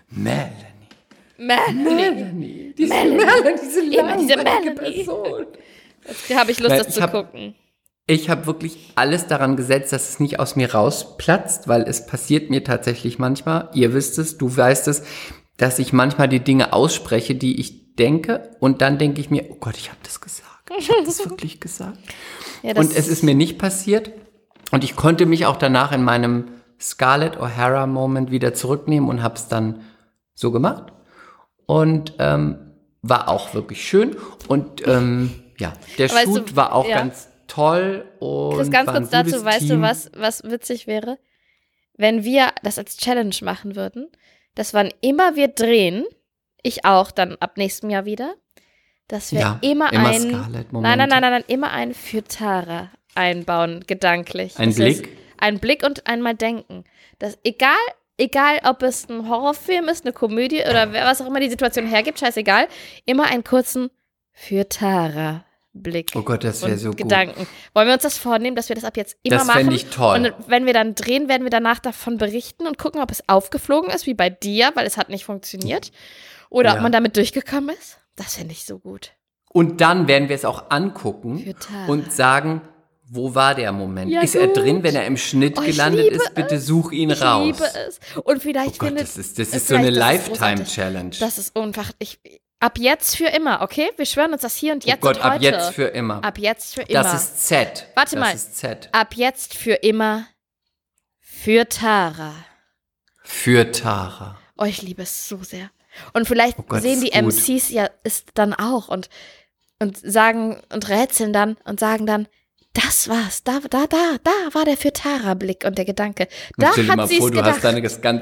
Melanie. Diese Immer diese langweilige Melanie. Person. Jetzt habe ich Lust, Nein, das zu gucken. Ich habe wirklich alles daran gesetzt, dass es nicht aus mir rausplatzt, weil es passiert mir tatsächlich manchmal, ihr wisst es, du weißt es, dass ich manchmal die Dinge ausspreche, die ich denke und dann denke ich mir, oh Gott, ich habe das gesagt. Ich habe das wirklich gesagt. Ja, das Und es ist mir nicht passiert und ich konnte mich auch danach in meinem Scarlett O'Hara-Moment wieder zurücknehmen und habe es dann so gemacht und war auch wirklich schön und ja, der Weißt du, Shoot war auch ja. ganz toll und Chris, ganz war ein kurz dazu, gutes weißt Team. du, was witzig wäre? Wenn wir das als Challenge machen würden, dass wann immer wir drehen, ich auch dann ab nächstem Jahr wieder, dass wir immer Scarlett-Momente. nein, immer ein für Tara einbauen, gedanklich. Ein Das Blick? Ist ein Blick und einmal denken. Das, egal, ob es ein Horrorfilm ist, eine Komödie oder was auch immer die Situation hergibt, scheißegal, immer einen kurzen für Tara Blick. Oh Gott, das wäre so gut. Gedanken. Wollen wir uns das vornehmen, dass wir das ab jetzt immer Das machen? fände ich toll. Und wenn wir dann drehen, werden wir danach davon berichten und gucken, ob es aufgeflogen ist, wie bei dir, weil es hat nicht funktioniert. Oder Ja. ob man damit durchgekommen ist. Das fände ich so gut. Und dann werden wir es auch angucken Für Tara. und sagen, wo war der Moment? Ja, ist er gut. drin, wenn er im Schnitt Oh, ich gelandet liebe ist? Bitte es. such ihn Ich raus. liebe es. Und vielleicht Oh Gott, findet das ist so eine vielleicht, das ist großartig. Lifetime-Challenge. Das ist einfach. Ab jetzt für immer, okay? Wir schwören uns das hier und jetzt Oh Gott, und heute. ab jetzt für immer. Ab jetzt für immer. Das ist Z. Warte mal. Das ist Z. Ab jetzt für immer für Tara. Für Tara. Oh, ich liebe es so sehr. Und vielleicht Oh Gott, sehen ist die gut. MCs ja es dann auch und sagen und rätseln dann und sagen dann, das war's, da war der für Tara-Blick und der Gedanke. Da Stell dir mal hat sie vor, es du hast gedacht.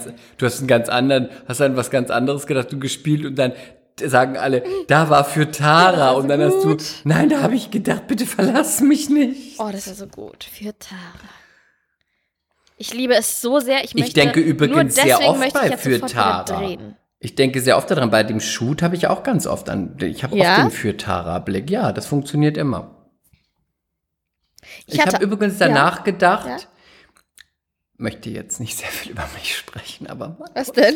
hast an was ganz anderes gedacht, du gespielt und dann sagen alle, da war für Tara das war so und dann hast du, gut. nein, da habe ich gedacht, bitte verlass mich nicht. Oh, das ist so gut. Für Tara. Ich liebe es so sehr. Ich möchte denke übrigens nur sehr deswegen oft möchte ich bei jetzt Für sofort wieder Tara. drehen. Ich denke sehr oft daran, bei dem Shoot habe ich auch ganz oft ich habe Ja? oft den für Tara-Blick. Ja, das funktioniert immer. Ich habe hatte- übrigens danach gedacht, Ja? möchte jetzt nicht sehr viel über mich sprechen, aber Was denn?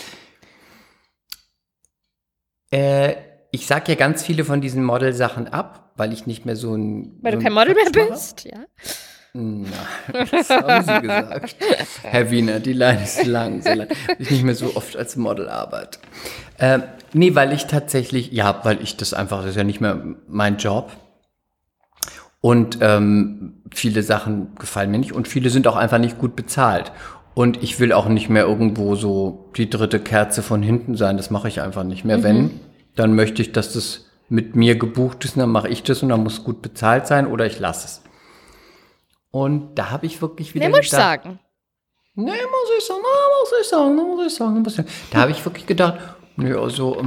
Ich sag ja ganz viele von diesen Model-Sachen ab, weil ich nicht mehr so ein Weil so du ein kein Model mehr Quatsch mache. bist, ja? Nein, das haben Sie gesagt. Herr Wiener, die Leine ist lang, so lang. Ich nicht mehr so oft als Model arbeite. Nee, weil ich tatsächlich, weil ich das ist ja nicht mehr mein Job. Und viele Sachen gefallen mir nicht und viele sind auch einfach nicht gut bezahlt. Und ich will auch nicht mehr irgendwo so die dritte Kerze von hinten sein. Das mache ich einfach nicht mehr. Wenn, dann möchte ich, dass das mit mir gebucht ist und dann mache ich das und dann muss gut bezahlt sein oder ich lasse es. Und da habe ich wirklich wieder Nee, muss ich gedacht, sagen. Nee, muss ich sagen. Da habe ich wirklich gedacht, nee, also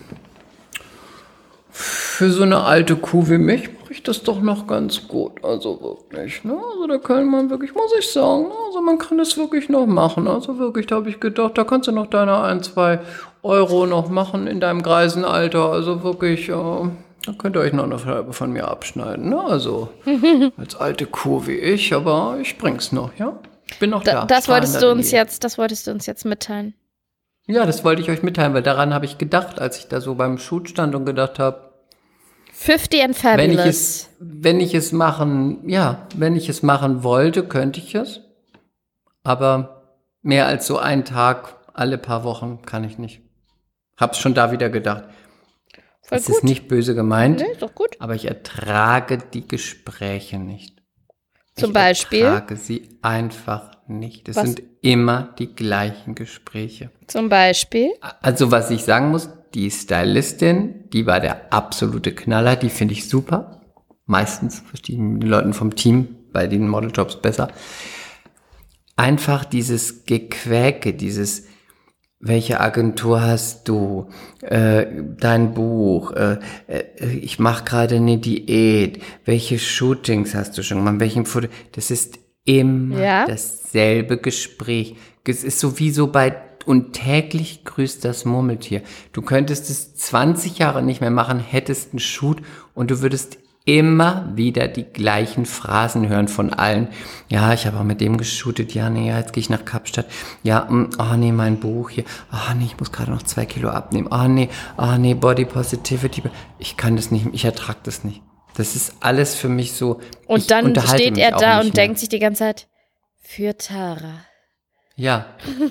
für so eine alte Kuh wie mich mache ich das doch noch ganz gut. Also wirklich, ne? Also da kann man wirklich, muss ich sagen, ne? Also man kann das wirklich noch machen. Also wirklich, da habe ich gedacht, da kannst du noch deine 1, 2 Euro noch machen in deinem greisen Alter. Also wirklich, da könnt ihr euch noch eine Scheibe von mir abschneiden, ne? Also als alte Kuh wie ich, aber ich bring's noch, ja? Ich bin noch da. Das wolltest du uns strahlender jetzt mitteilen. Ja, das wollte ich euch mitteilen, weil daran habe ich gedacht, als ich da so beim Shoot stand und gedacht habe, 50 and wenn Fabulous. ich es machen wollte, könnte ich es. Aber mehr als so einen Tag alle paar Wochen kann ich nicht. Hab's schon da wieder gedacht. Voll Es gut. ist nicht böse gemeint, Nee, ist doch gut. aber ich ertrage die Gespräche nicht. Zum Beispiel? Ich ertrage sie einfach nicht. Es Was? sind immer die gleichen Gespräche. Zum Beispiel. Also was ich sagen muss, die Stylistin, die war der absolute Knaller, die finde ich super. Meistens verstehen die Leute vom Team bei den Modeljobs besser. Einfach dieses Gequäke, dieses, welche Agentur hast du, dein Buch, ich mache gerade eine Diät, welche Shootings hast du schon gemacht, welchen Foto, das ist immer dasselbe Gespräch. Es ist sowieso und täglich grüßt das Murmeltier. Du könntest es 20 Jahre nicht mehr machen, hättest einen Shoot und du würdest immer wieder die gleichen Phrasen hören von allen. Ja, ich habe auch mit dem geshootet. Ja, nee, jetzt gehe ich nach Kapstadt. Ja, oh nee, mein Buch hier. Oh nee, ich muss gerade noch 2 Kilo abnehmen. Oh nee, Body Positivity. Ich kann das nicht, ich ertrage das nicht. Das ist alles für mich so. Und dann steht er da und denkt sich die ganze Zeit, für Tara. Ja.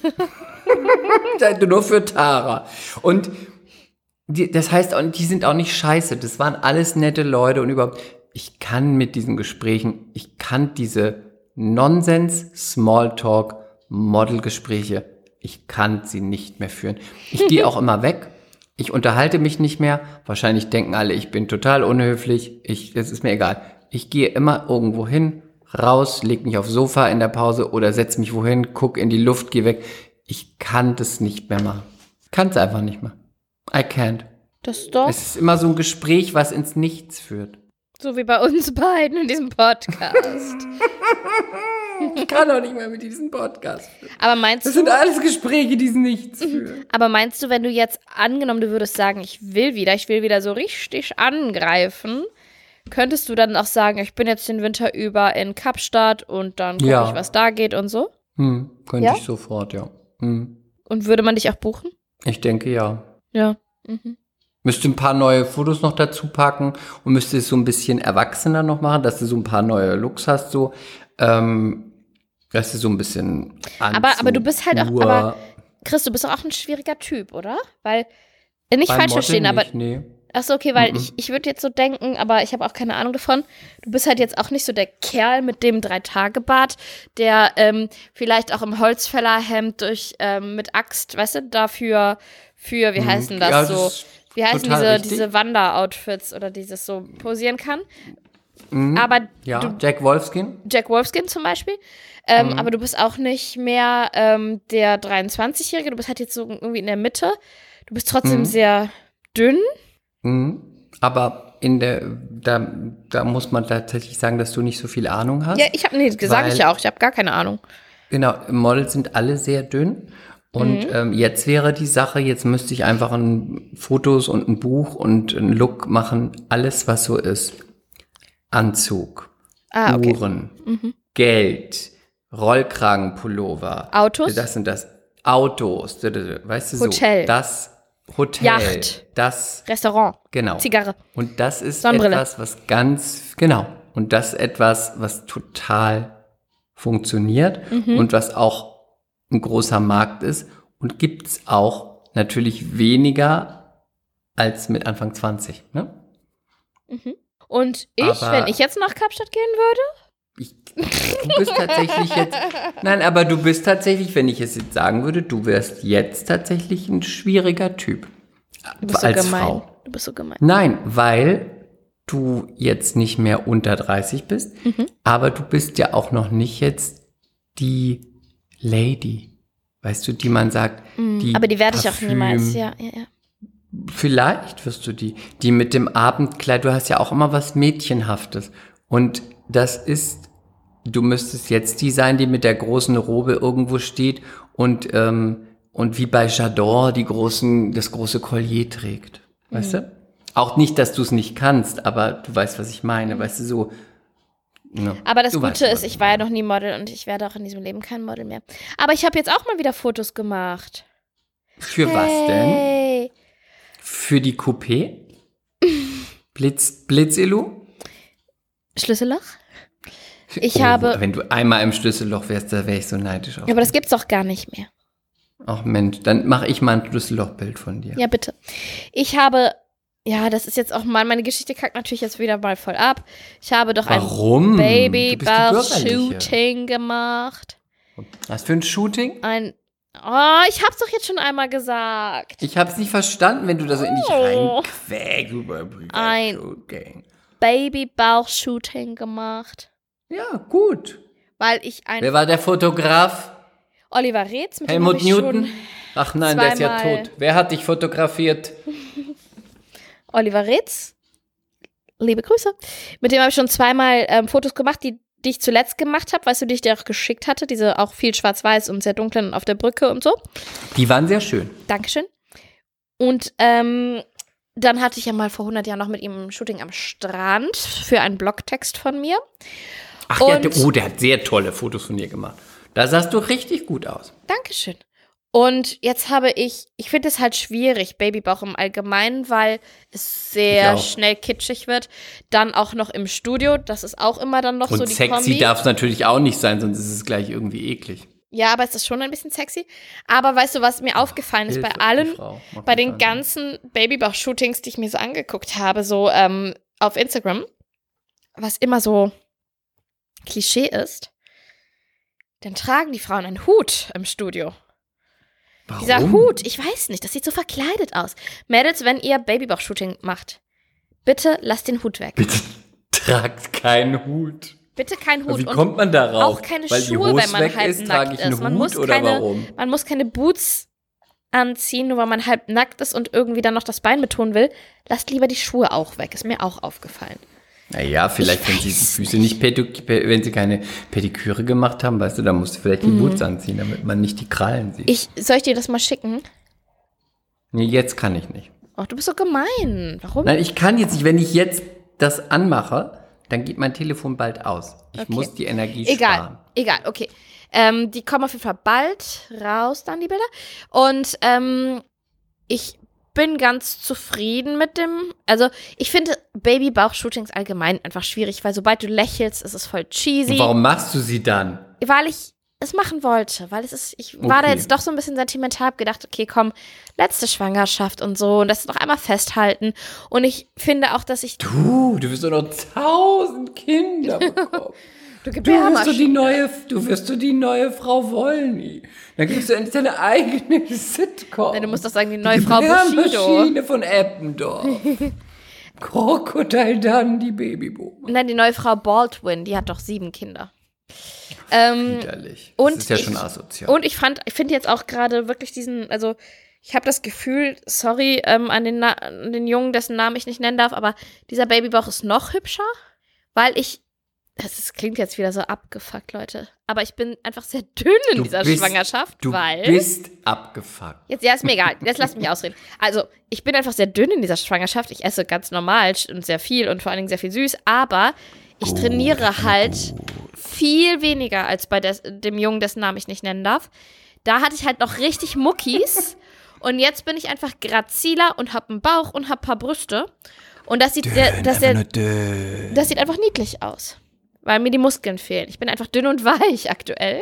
Nur für Tara. Und das heißt, die sind auch nicht scheiße. Das waren alles nette Leute und überhaupt, ich kann mit diesen Gesprächen, ich kann diese Nonsens-Smalltalk-Model-Gespräche, ich kann sie nicht mehr führen. Ich gehe auch immer weg. Ich unterhalte mich nicht mehr. Wahrscheinlich denken alle, ich bin total unhöflich. Das ist mir egal. Ich gehe immer irgendwo hin, raus, leg mich aufs Sofa in der Pause oder setz mich wohin, guck in die Luft, geh weg. Ich kann das nicht mehr machen. Kann es einfach nicht mehr. I can't. Das doch. Es ist immer so ein Gespräch, was ins Nichts führt. So wie bei uns beiden in diesem Podcast. Ich kann auch nicht mehr mit diesem Podcast. Aber meinst Das du, sind alles Gespräche, die ins Nichts führen. aber meinst du, wenn du jetzt angenommen, du würdest sagen, ich will wieder so richtig angreifen, könntest du dann auch sagen, ich bin jetzt den Winter über in Kapstadt und dann gucke ich, was da geht und so? Könnte ich sofort, ja. Und würde man dich auch buchen? Ich denke, ja. Ja. Müsste ein paar neue Fotos noch dazu packen und müsste es so ein bisschen erwachsener noch machen, dass du so ein paar neue Looks hast, so. Dass du so ein bisschen Anzug, aber du bist halt auch, Uhr. aber Chris, du bist doch auch ein schwieriger Typ, oder? Weil, nicht falsch verstehen, aber, nee. achso, okay, weil ich würde jetzt so denken, aber ich habe auch keine Ahnung davon, du bist halt jetzt auch nicht so der Kerl mit dem 3-Tage-Bart, der vielleicht auch im Holzfällerhemd mit Axt, weißt du, dafür für, wie heißen das ja, so, wie heißen total diese Wanderoutfits oder dieses so posieren kann. Aber Ja, Jack Wolfskin. Jack Wolfskin zum Beispiel. Aber du bist auch nicht mehr der 23-Jährige, du bist halt jetzt so irgendwie in der Mitte. Du bist trotzdem sehr dünn. Aber da muss man tatsächlich sagen, dass du nicht so viel Ahnung hast. Ja, sage ich ja auch, ich habe gar keine Ahnung. Genau, Models sind alle sehr dünn. Und jetzt wäre die Sache, jetzt müsste ich einfach Fotos und ein Buch und einen Look machen, alles was so ist. Anzug, Okay. Uhren, Geld, Rollkragenpullover. Autos? Das sind das. Autos, weißt du Hotel. so. Das Hotel. Yacht. Das, Restaurant. genau. Zigarre. Und das ist Sonnenbrille. etwas, was und das ist etwas, was total funktioniert und was auch ein großer Markt ist und gibt's auch natürlich weniger als mit Anfang 20, ne? Und wenn ich jetzt nach Kapstadt gehen würde? Du bist tatsächlich jetzt, nein, aber du bist tatsächlich, wenn ich es jetzt sagen würde, du wärst jetzt tatsächlich ein schwieriger Typ. Du bist als so gemein. Frau. Du bist so gemein. Nein, weil du jetzt nicht mehr unter 30 bist, aber du bist ja auch noch nicht jetzt die Lady, weißt du, die man sagt, die Aber die werde ich auch Parfüm. niemals, ja. Vielleicht wirst du die mit dem Abendkleid, du hast ja auch immer was Mädchenhaftes und das ist, du müsstest jetzt die sein, die mit der großen Robe irgendwo steht und wie bei J'adore das große Collier trägt, weißt du? Auch nicht, dass du es nicht kannst, aber du weißt, was ich meine, weißt du, so. No. Aber das Du Gute weißt, ist, was ich war ja noch nie Model und ich werde auch in diesem Leben kein Model mehr. Aber ich habe jetzt auch mal wieder Fotos gemacht. Für was denn? Hey. Für die Coupé? Blitzelu? Schlüsselloch? Ich habe. Wenn du einmal im Schlüsselloch wärst, da wäre ich so neidisch auf. Aber das gibt's doch gar nicht mehr. Ach Mensch, dann mache ich mal ein Schlüssellochbild von dir. Ja, bitte. Ich habe, ja, das ist jetzt auch mal, meine Geschichte kackt natürlich jetzt wieder mal voll ab. Ich habe doch Warum? ein Du bist die Babybell-Shooting gemacht. Was für ein Shooting? Ich hab's doch jetzt schon einmal gesagt. Ich hab's nicht verstanden, wenn du da so in dich reinquäkst. Ein Babybell-Shooting gemacht. Ja, gut. Weil Wer war der Fotograf? Oliver Reetz, mit Helmut dem habe ich Newton? schon Ach nein, der ist ja zweimal- tot. Wer hat dich fotografiert? Oliver Reetz, liebe Grüße. Mit dem habe ich schon zweimal Fotos gemacht, die ich zuletzt gemacht habe, weißt du, die ich dir auch geschickt hatte, diese auch viel schwarz-weiß und sehr dunklen auf der Brücke und so. Die waren sehr schön. Dankeschön. Und dann hatte ich ja mal vor 100 Jahren noch mit ihm ein Shooting am Strand für einen Blogtext von mir. Ach ja, der hat sehr tolle Fotos von dir gemacht. Da sahst du richtig gut aus. Dankeschön. Und jetzt habe ich finde es halt schwierig, Babybauch im Allgemeinen, weil es sehr schnell kitschig wird. Dann auch noch im Studio, das ist auch immer dann noch und so die sexy Kombi. darf es natürlich auch nicht sein, sonst ist es gleich irgendwie eklig. Ja, aber es ist schon ein bisschen sexy. Aber weißt du, was mir aufgefallen ist bei allen, bei den ganzen Babybauch-Shootings, die ich mir so angeguckt habe, so auf Instagram, was immer so Klischee ist, dann tragen die Frauen einen Hut im Studio. Warum? Dieser Hut, ich weiß nicht, das sieht so verkleidet aus. Mädels, wenn ihr Babybauch-Shooting macht, bitte lasst den Hut weg. Bitte tragt keinen Hut. Bitte kein Hut. Aber wie kommt man darauf? Auch keine Weil Schuhe, die wenn man weg halb ist, trage nackt ich einen ist. Man Hut muss oder warum? Man muss keine Boots anziehen, nur weil man halb nackt ist und irgendwie dann noch das Bein betonen will. Lasst lieber die Schuhe auch weg, ist mir auch aufgefallen. Naja, vielleicht, wenn sie die Füße nicht wenn sie keine Pediküre gemacht haben, weißt du, dann musst du vielleicht die Boots anziehen, damit man nicht die Krallen sieht. Soll ich dir das mal schicken? Nee, jetzt kann ich nicht. Ach, du bist so gemein. Warum? Nein, ich kann jetzt nicht. Wenn ich jetzt das anmache, dann geht mein Telefon bald aus. Ich muss die Energie sparen. Egal, okay. Die kommen auf jeden Fall bald raus, dann die Bilder. Und ich bin ganz zufrieden mit dem, also ich finde Babybauch-Shootings allgemein einfach schwierig, weil sobald du lächelst, ist es voll cheesy. Und warum machst du sie dann? Weil ich es machen wollte, weil ich war da jetzt doch so ein bisschen sentimental, hab gedacht, okay, komm, letzte Schwangerschaft und so und das noch einmal festhalten und ich finde auch, dass ich... Du wirst doch noch 1000 Kinder bekommen. Du wirst du die neue Frau Wollny. Dann kriegst du endlich deine eigene Sitcom. Nein, du musst doch sagen, die neue Frau Bushido. Maschine von Eppendorf. Crocodile Dundee Babyboom. Nein, die neue Frau Baldwin, die hat doch 7 Kinder. Widerlich. Das ist ja schon asozial. Und ich finde jetzt auch gerade wirklich also ich habe das Gefühl, sorry an den Jungen, dessen Namen ich nicht nennen darf, aber dieser Babybauch ist noch hübscher, weil das klingt jetzt wieder so abgefuckt, Leute, aber ich bin einfach sehr dünn in dieser Schwangerschaft, weil... Du bist abgefuckt. Ja, ist mir egal, jetzt lasst mich ausreden. Also, ich bin einfach sehr dünn in dieser Schwangerschaft, ich esse ganz normal und sehr viel und vor allen Dingen sehr viel süß, aber ich trainiere halt viel weniger als bei dem Jungen, dessen Namen ich nicht nennen darf. Da hatte ich halt noch richtig Muckis und jetzt bin ich einfach graziler und hab einen Bauch und hab ein paar Brüste und das sieht einfach niedlich aus. Weil mir die Muskeln fehlen. Ich bin einfach dünn und weich aktuell.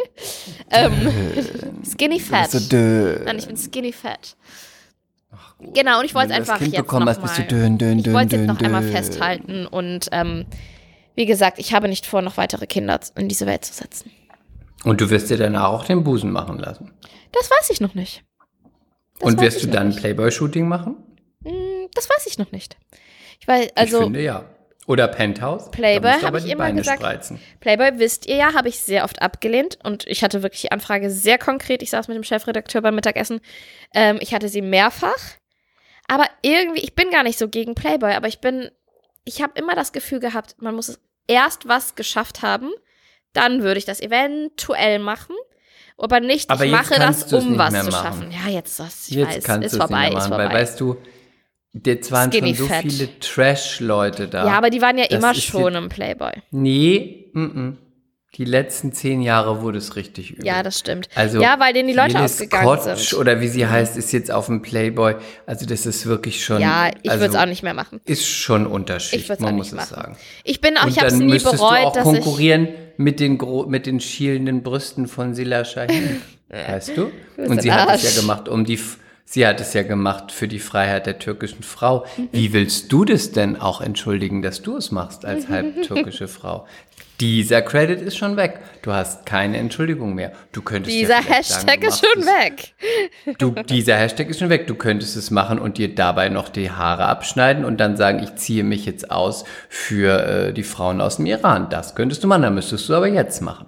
Skinny fat. Du bist so dünn. Nein, ich bin skinny fat. Ach, genau, und ich wollte es einfach kind jetzt bekommen hast, bist du dünn, ich wollte es jetzt noch einmal festhalten. Und wie gesagt, ich habe nicht vor, noch weitere Kinder in diese Welt zu setzen. Und du wirst dir danach auch den Busen machen lassen? Das weiß ich noch nicht. Und wirst du dann ein Playboy-Shooting machen? Das weiß ich noch nicht. Ich finde ja. Oder Penthouse? Playboy habe ich immer gesagt. Spreizen. Playboy, wisst ihr ja, habe ich sehr oft abgelehnt. Und ich hatte wirklich die Anfrage sehr konkret. Ich saß mit dem Chefredakteur beim Mittagessen. Ich hatte sie mehrfach. Aber irgendwie, ich bin gar nicht so gegen Playboy. Aber ich habe immer das Gefühl gehabt, man muss erst was geschafft haben. Dann würde ich das eventuell machen. Aber nicht, ich mache das, um was zu schaffen. Ja, jetzt das, ich weiß, ist vorbei, ist vorbei. Weil, weißt du, jetzt waren schon so viele Trash-Leute da. Ja, aber die waren ja immer schon im Playboy. Nee, die letzten 10 Jahre wurde es richtig übel. Ja, das stimmt. Also, ja, weil denen die Leute ausgegangen sind. Oder wie sie heißt, ist jetzt auf dem Playboy. Also das ist wirklich schon... Ja, ich würde es auch nicht mehr machen. Ist schon Unterschied, Ich würde es man auch muss nicht es machen. sagen. Ich habe es nie bereut, dass konkurrieren mit den schielenden Brüsten von Sila Şahin. Weißt du? Und sie ein hat es Arsch. ja gemacht, sie hat es ja gemacht für die Freiheit der türkischen Frau. Wie willst du das denn auch entschuldigen, dass du es machst als halb türkische Frau? Dieser Credit ist schon weg. Du hast keine Entschuldigung mehr. Du könntest Dieser vielleicht sagen, Hashtag du ist machst schon es. weg. Dieser Hashtag ist schon weg. Du könntest es machen und dir dabei noch die Haare abschneiden und dann sagen, ich ziehe mich jetzt aus für die Frauen aus dem Iran. Das könntest du machen, dann müsstest du aber jetzt machen.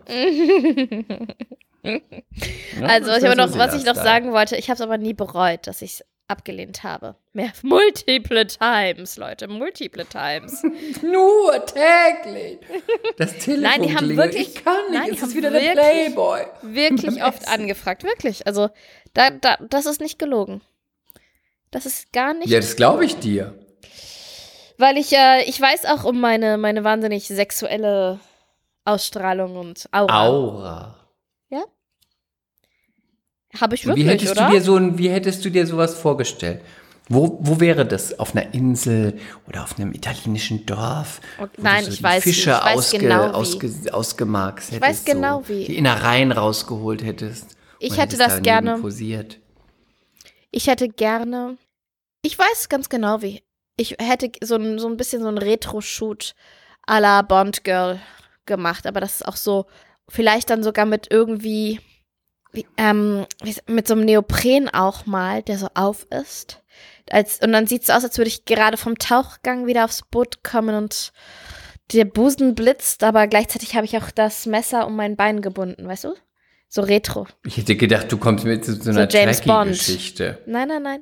Also, was ich noch sagen wollte, ich habe es aber nie bereut, dass ich es abgelehnt habe. Multiple times, Leute, multiple times. Nur täglich. Das Telefon Nein, die haben klingelt. wirklich, Ich kann nicht, nein, es die haben ist wieder der wirklich, Playboy. wirklich oft angefragt, wirklich. Also, das ist nicht gelogen. Das ist gar nicht. Ja, das glaube ich dir. Weil ich weiß auch um meine wahnsinnig sexuelle Ausstrahlung und Aura. Ja? Habe ich Und wirklich, oder? wie hättest du dir sowas vorgestellt? Wo wäre das? Auf einer Insel oder auf einem italienischen Dorf? Okay, Wo nein, du so ich die weiß Fische nicht. Ich weiß genau wie. ausgemarkst hättest. Ich weiß genau so, wie. Die Innereien rausgeholt hättest. Ich und hätte hättest das daneben gerne. Posiert. Ich hätte gerne. Ich weiß ganz genau wie. Ich hätte so ein bisschen so ein Retro-Shoot à la Bond Girl gemacht, aber das ist auch so, vielleicht dann sogar mit irgendwie, mit so einem Neopren auch mal, der so auf ist. Und dann sieht es aus, als würde ich gerade vom Tauchgang wieder aufs Boot kommen und der Busen blitzt, aber gleichzeitig habe ich auch das Messer um mein Bein gebunden, weißt du? So Retro. Ich hätte gedacht, du kommst mit so einer James Bond. Tracky-Geschichte. Nein.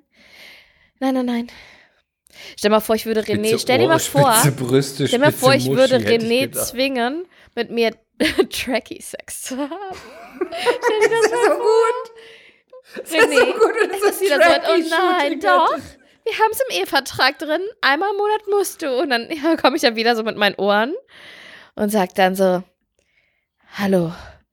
Stell dir mal vor, ich würde René, Spitze stell dir mal Ohren, vor, spitze Brüste, stell dir mal vor, ich spitze würde Muschi, hätte ich René gedacht. zwingen, mit mir Tracky-Sex zu haben. Stell dir das mal vor. René, gut, das ist wieder so, oh nein, doch. Wir haben es im Ehevertrag drin, einmal im Monat musst du. Und dann komme ich dann wieder so mit meinen Ohren und sag dann so, hallo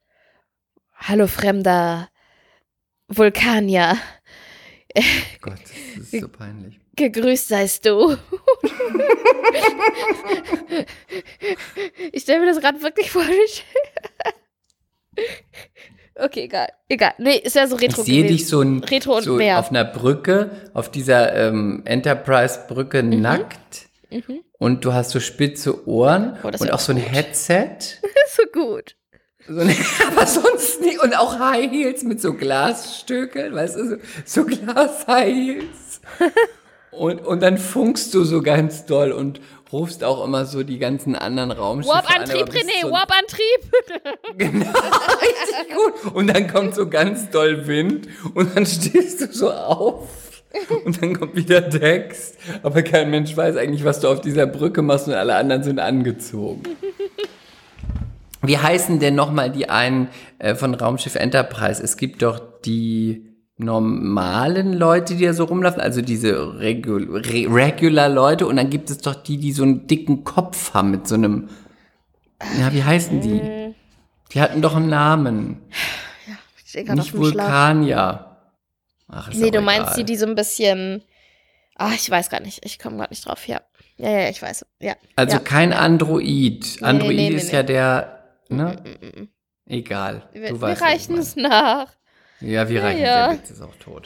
fremder Vulkanier. Gott, das ist so peinlich. Gegrüßt seist du. Ich stelle mir das gerade wirklich vor. Okay, egal. Nee, ist ja so retro Ich sehe gewesen. dich so und mehr. auf einer Brücke, auf dieser Enterprise-Brücke nackt. Und du hast so spitze Ohren Oh, das und wär auch so ein Headset. so gut. Aber sonst nicht. Und auch High Heels mit so Glasstöckeln, weißt du, so Glas-High Heels. Und dann funkst du so ganz doll und rufst auch immer so die ganzen anderen Raumschiffe Warp-Antrieb, an. René, Warp-Antrieb. Genau, richtig gut. Und dann kommt so ganz doll Wind und dann stehst du so auf und dann kommt wieder Text. Aber kein Mensch weiß eigentlich, was du auf dieser Brücke machst und alle anderen sind angezogen. Wie heißen denn nochmal die einen von Raumschiff Enterprise? Es gibt doch die normalen Leute, die da so rumlaufen, also diese regular Leute, und dann gibt es doch die so einen dicken Kopf haben mit so einem, ja, wie heißen die? Die hatten doch einen Namen. Ich stehe gerade auf Nicht dem Schlauch. Vulkanier. Ach, ist Nee, auch du meinst egal. die so ein bisschen, ich weiß gar nicht, ich komme gerade nicht drauf, ja. Ja, ich weiß, ja. Also ja. kein Android. Android nee, ist ja der, ne? Egal. Wir Du weißt, reichen was es nach. ich meine. Ja, wir reichen. ja. Der Witz ist auch tot.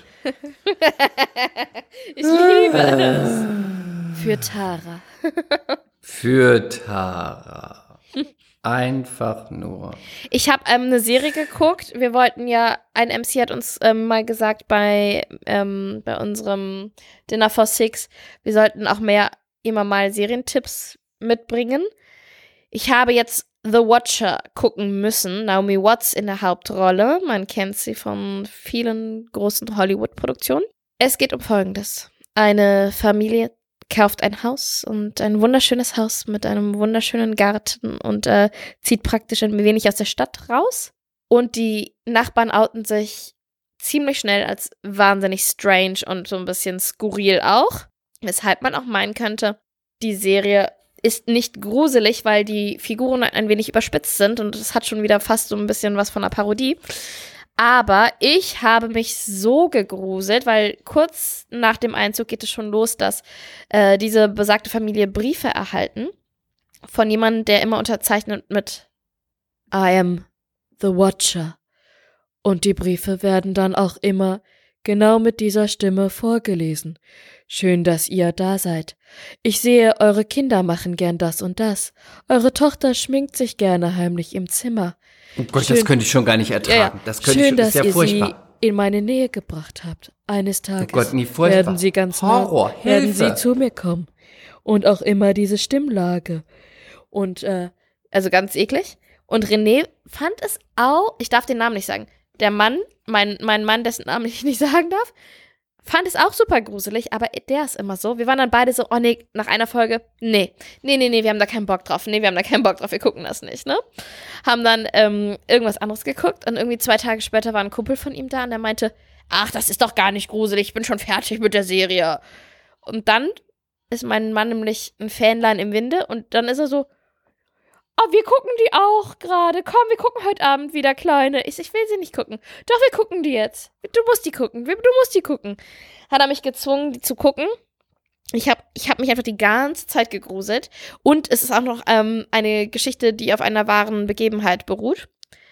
Ich liebe es. Für Tara. Für Tara. Einfach nur. Ich habe eine Serie geguckt. Wir wollten ja, ein MC hat uns mal gesagt bei unserem Dinner for Six, wir sollten auch immer mal Serientipps mitbringen. Ich habe jetzt The Watcher gucken müssen. Naomi Watts in der Hauptrolle. Man kennt sie von vielen großen Hollywood-Produktionen. Es geht um Folgendes. Eine Familie kauft ein Haus, und ein wunderschönes Haus mit einem wunderschönen Garten, und zieht praktisch ein wenig aus der Stadt raus. Und die Nachbarn outen sich ziemlich schnell als wahnsinnig strange und so ein bisschen skurril auch. Weshalb man auch meinen könnte, die Serie ist nicht gruselig, weil die Figuren ein wenig überspitzt sind, und es hat schon wieder fast so ein bisschen was von einer Parodie. Aber ich habe mich so gegruselt, weil kurz nach dem Einzug geht es schon los, dass diese besagte Familie Briefe erhalten von jemandem, der immer unterzeichnet mit I am the Watcher. Und die Briefe werden dann auch immer genau mit dieser Stimme vorgelesen. Schön, dass ihr da seid. Ich sehe, eure Kinder machen gern das und das. Eure Tochter schminkt sich gerne heimlich im Zimmer. Oh Gott, das könnte ich schon gar nicht ertragen. Das könnte Schön, ist ja dass ihr furchtbar. sie in meine Nähe gebracht habt. Eines Tages Oh Gott, nie furchtbar. werden sie ganz Horror, nah, werden Hilfe. sie zu mir kommen. Und auch immer diese Stimmlage. Und, also ganz eklig. Und René fand es auch, ich darf den Namen nicht sagen, der Mann, mein Mann, dessen Namen ich nicht sagen darf, fand es auch super gruselig, aber der ist immer so. Wir waren dann beide so, oh nee, nach einer Folge, nee, wir haben da keinen Bock drauf. Nee, wir haben da keinen Bock drauf, wir gucken das nicht, ne? Haben dann irgendwas anderes geguckt und irgendwie 2 Tage später war ein Kumpel von ihm da und der meinte, ach, das ist doch gar nicht gruselig, ich bin schon fertig mit der Serie. Und dann ist mein Mann nämlich ein Fähnlein im Winde und dann ist er so, oh, wir gucken die auch gerade. Komm, wir gucken heute Abend wieder, Kleine. Ich will sie nicht gucken. Doch, wir gucken die jetzt. Du musst die gucken. Du musst die gucken. Hat er mich gezwungen, die zu gucken. Ich hab mich einfach die ganze Zeit gegruselt. Und es ist auch noch eine Geschichte, die auf einer wahren Begebenheit beruht.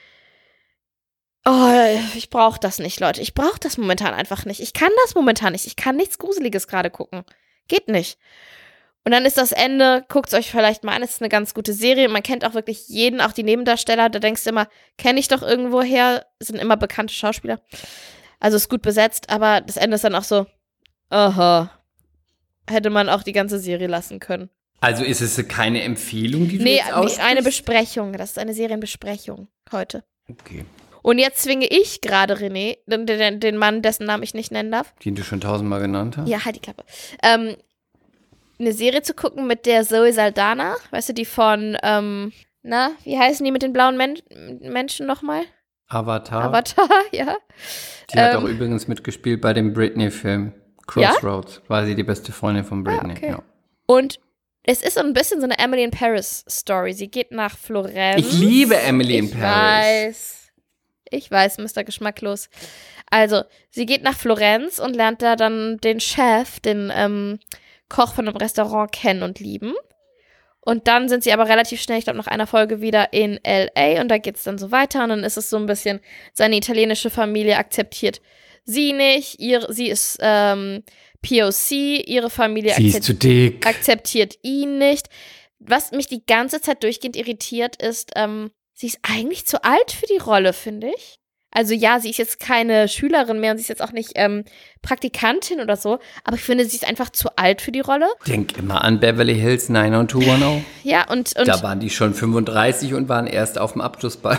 Oh, ich brauche das nicht, Leute. Ich brauche das momentan einfach nicht. Ich kann das momentan nicht. Ich kann nichts Gruseliges gerade gucken. Geht nicht. Und dann ist das Ende, guckt es euch vielleicht mal an, es ist eine ganz gute Serie. Man kennt auch wirklich jeden, auch die Nebendarsteller. Da denkst du immer, kenne ich doch irgendwo her. Sind immer bekannte Schauspieler. Also ist gut besetzt, aber das Ende ist dann auch so, aha, hätte man auch die ganze Serie lassen können. Also ist es keine Empfehlung, die du jetzt aussprichst? Nee, eine Besprechung. Das ist eine Serienbesprechung heute. Okay. Und jetzt zwinge ich gerade René, den Mann, dessen Namen ich nicht nennen darf. Den du schon 1000-mal genannt hast? Ja, halt die Klappe. Eine Serie zu gucken mit der Zoe Saldana, weißt du, die von, wie heißen die mit den blauen Menschen nochmal? Avatar, ja. Die hat auch übrigens mitgespielt bei dem Britney-Film Crossroads. Ja? War sie die beste Freundin von Britney. Okay. Ja. Und es ist so ein bisschen so eine Emily in Paris Story. Sie geht nach Florenz. Ich liebe Emily in Paris. Ich weiß, Mr. Geschmacklos. Also, sie geht nach Florenz und lernt da dann den Chef, den Koch von einem Restaurant kennen und lieben. Und dann sind sie aber relativ schnell, ich glaube, nach einer Folge wieder in L.A. und da geht es dann so weiter und dann ist es so ein bisschen, seine italienische Familie akzeptiert sie nicht, sie ist POC, ihre Familie Sie ist zu dick. akzeptiert ihn nicht. Was mich die ganze Zeit durchgehend irritiert ist, sie ist eigentlich zu alt für die Rolle, finde ich. Also ja, sie ist jetzt keine Schülerin mehr und sie ist jetzt auch nicht Praktikantin oder so, aber ich finde, sie ist einfach zu alt für die Rolle. Denk immer an Beverly Hills 90210. Ja, und Da waren die schon 35 und waren erst auf dem Abschlussball.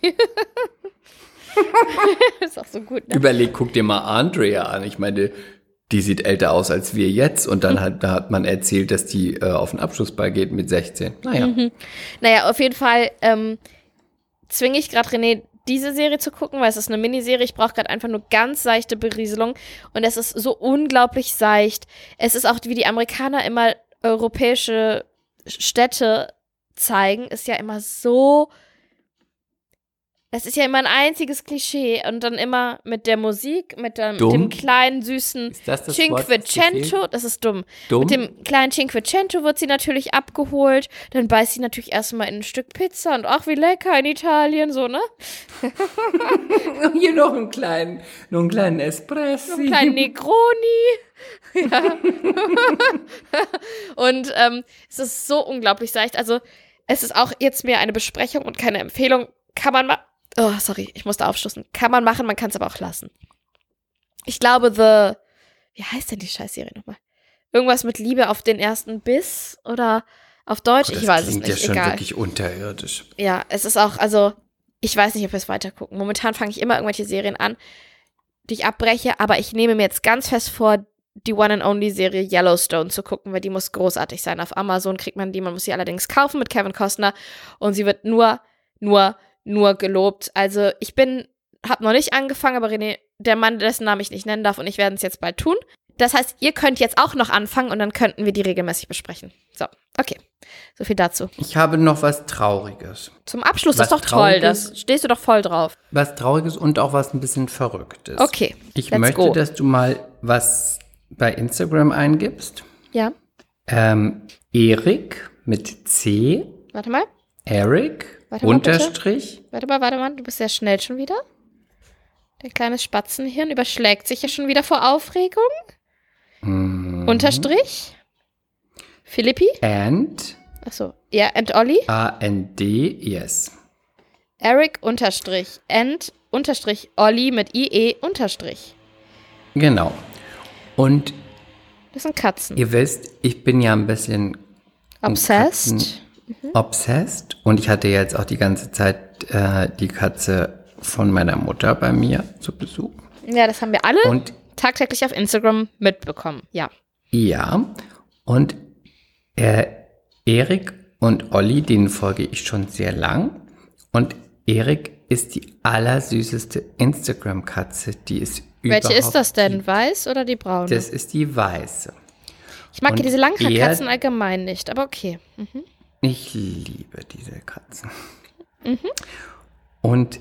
ist auch so gut, ne? Überleg, guck dir mal Andrea an. Ich meine, die sieht älter aus als wir jetzt und dann hat man erzählt, dass die auf den Abschlussball geht mit 16. Naja. Naja, auf jeden Fall zwinge ich gerade René, diese Serie zu gucken, weil es ist eine Miniserie. Ich brauche gerade einfach nur ganz seichte Berieselung. Und es ist so unglaublich seicht. Es ist auch, wie die Amerikaner immer europäische Städte zeigen, ist ja immer so. Es ist ja immer ein einziges Klischee. Und dann immer mit der Musik, mit dem kleinen, süßen Ist das Cinquecento. Das ist dumm. Dumm? Mit dem kleinen Cinquecento wird sie natürlich abgeholt. Dann beißt sie natürlich erstmal in ein Stück Pizza und ach, wie lecker in Italien, so, ne? Hier noch einen kleinen Espresso. Einen kleinen Negroni. Ja. Und es ist so unglaublich seicht. Also, es ist auch jetzt mehr eine Besprechung und keine Empfehlung. Kann man mal. Oh, sorry, ich musste aufstoßen. Kann man machen, man kann es aber auch lassen. Ich glaube, wie heißt denn die Scheißserie nochmal? Irgendwas mit Liebe auf den ersten Biss oder auf Deutsch? Ich weiß es nicht. Das klingt ja schon egal. wirklich unterirdisch. Ja, es ist auch, also, ich weiß nicht, ob wir es weitergucken. Momentan fange ich immer irgendwelche Serien an, die ich abbreche, aber ich nehme mir jetzt ganz fest vor, die One-and-Only-Serie Yellowstone zu gucken, weil die muss großartig sein. Auf Amazon kriegt man die, man muss sie allerdings kaufen mit Kevin Costner und sie wird nur gelobt. Also ich habe noch nicht angefangen, aber René, der Mann, dessen Namen ich nicht nennen darf und ich werde es jetzt bald tun. Das heißt, ihr könnt jetzt auch noch anfangen und dann könnten wir die regelmäßig besprechen. So, okay. So viel dazu. Ich habe noch was Trauriges. Zum Abschluss, das Was ist doch toll, Trauriges? das stehst du doch voll drauf. Was Trauriges und auch was ein bisschen Verrücktes. Okay, Ich let's möchte, go. dass du mal was bei Instagram eingibst. Ja, Erik mit C, warte mal. Eric, Warte mal, Unterstrich. Warte mal, du bist sehr schnell schon wieder. Dein kleines Spatzenhirn überschlägt sich ja schon wieder vor Aufregung. Unterstrich. Philippi. And. Achso, ja, and Olli. A-N-D, yes. Eric Unterstrich. And Unterstrich Olli mit IE Unterstrich. Genau. Und Das sind Katzen. ihr wisst, ich bin ja ein bisschen Obsessed. obsessed. Und ich hatte jetzt auch die ganze Zeit die Katze von meiner Mutter bei mir zu Besuch. Ja, das haben wir alle Und tagtäglich auf Instagram mitbekommen. Ja. ja, und Erik und Olli, denen folge ich schon sehr lang. Und Erik ist die allersüßeste Instagram-Katze, die es überhaupt Welche ist das denn? gibt. Weiß oder die braune? Das ist die weiße. Ich mag und ja diese Langhaarkatzen er- allgemein nicht, aber okay. Ich liebe diese Katzen. Und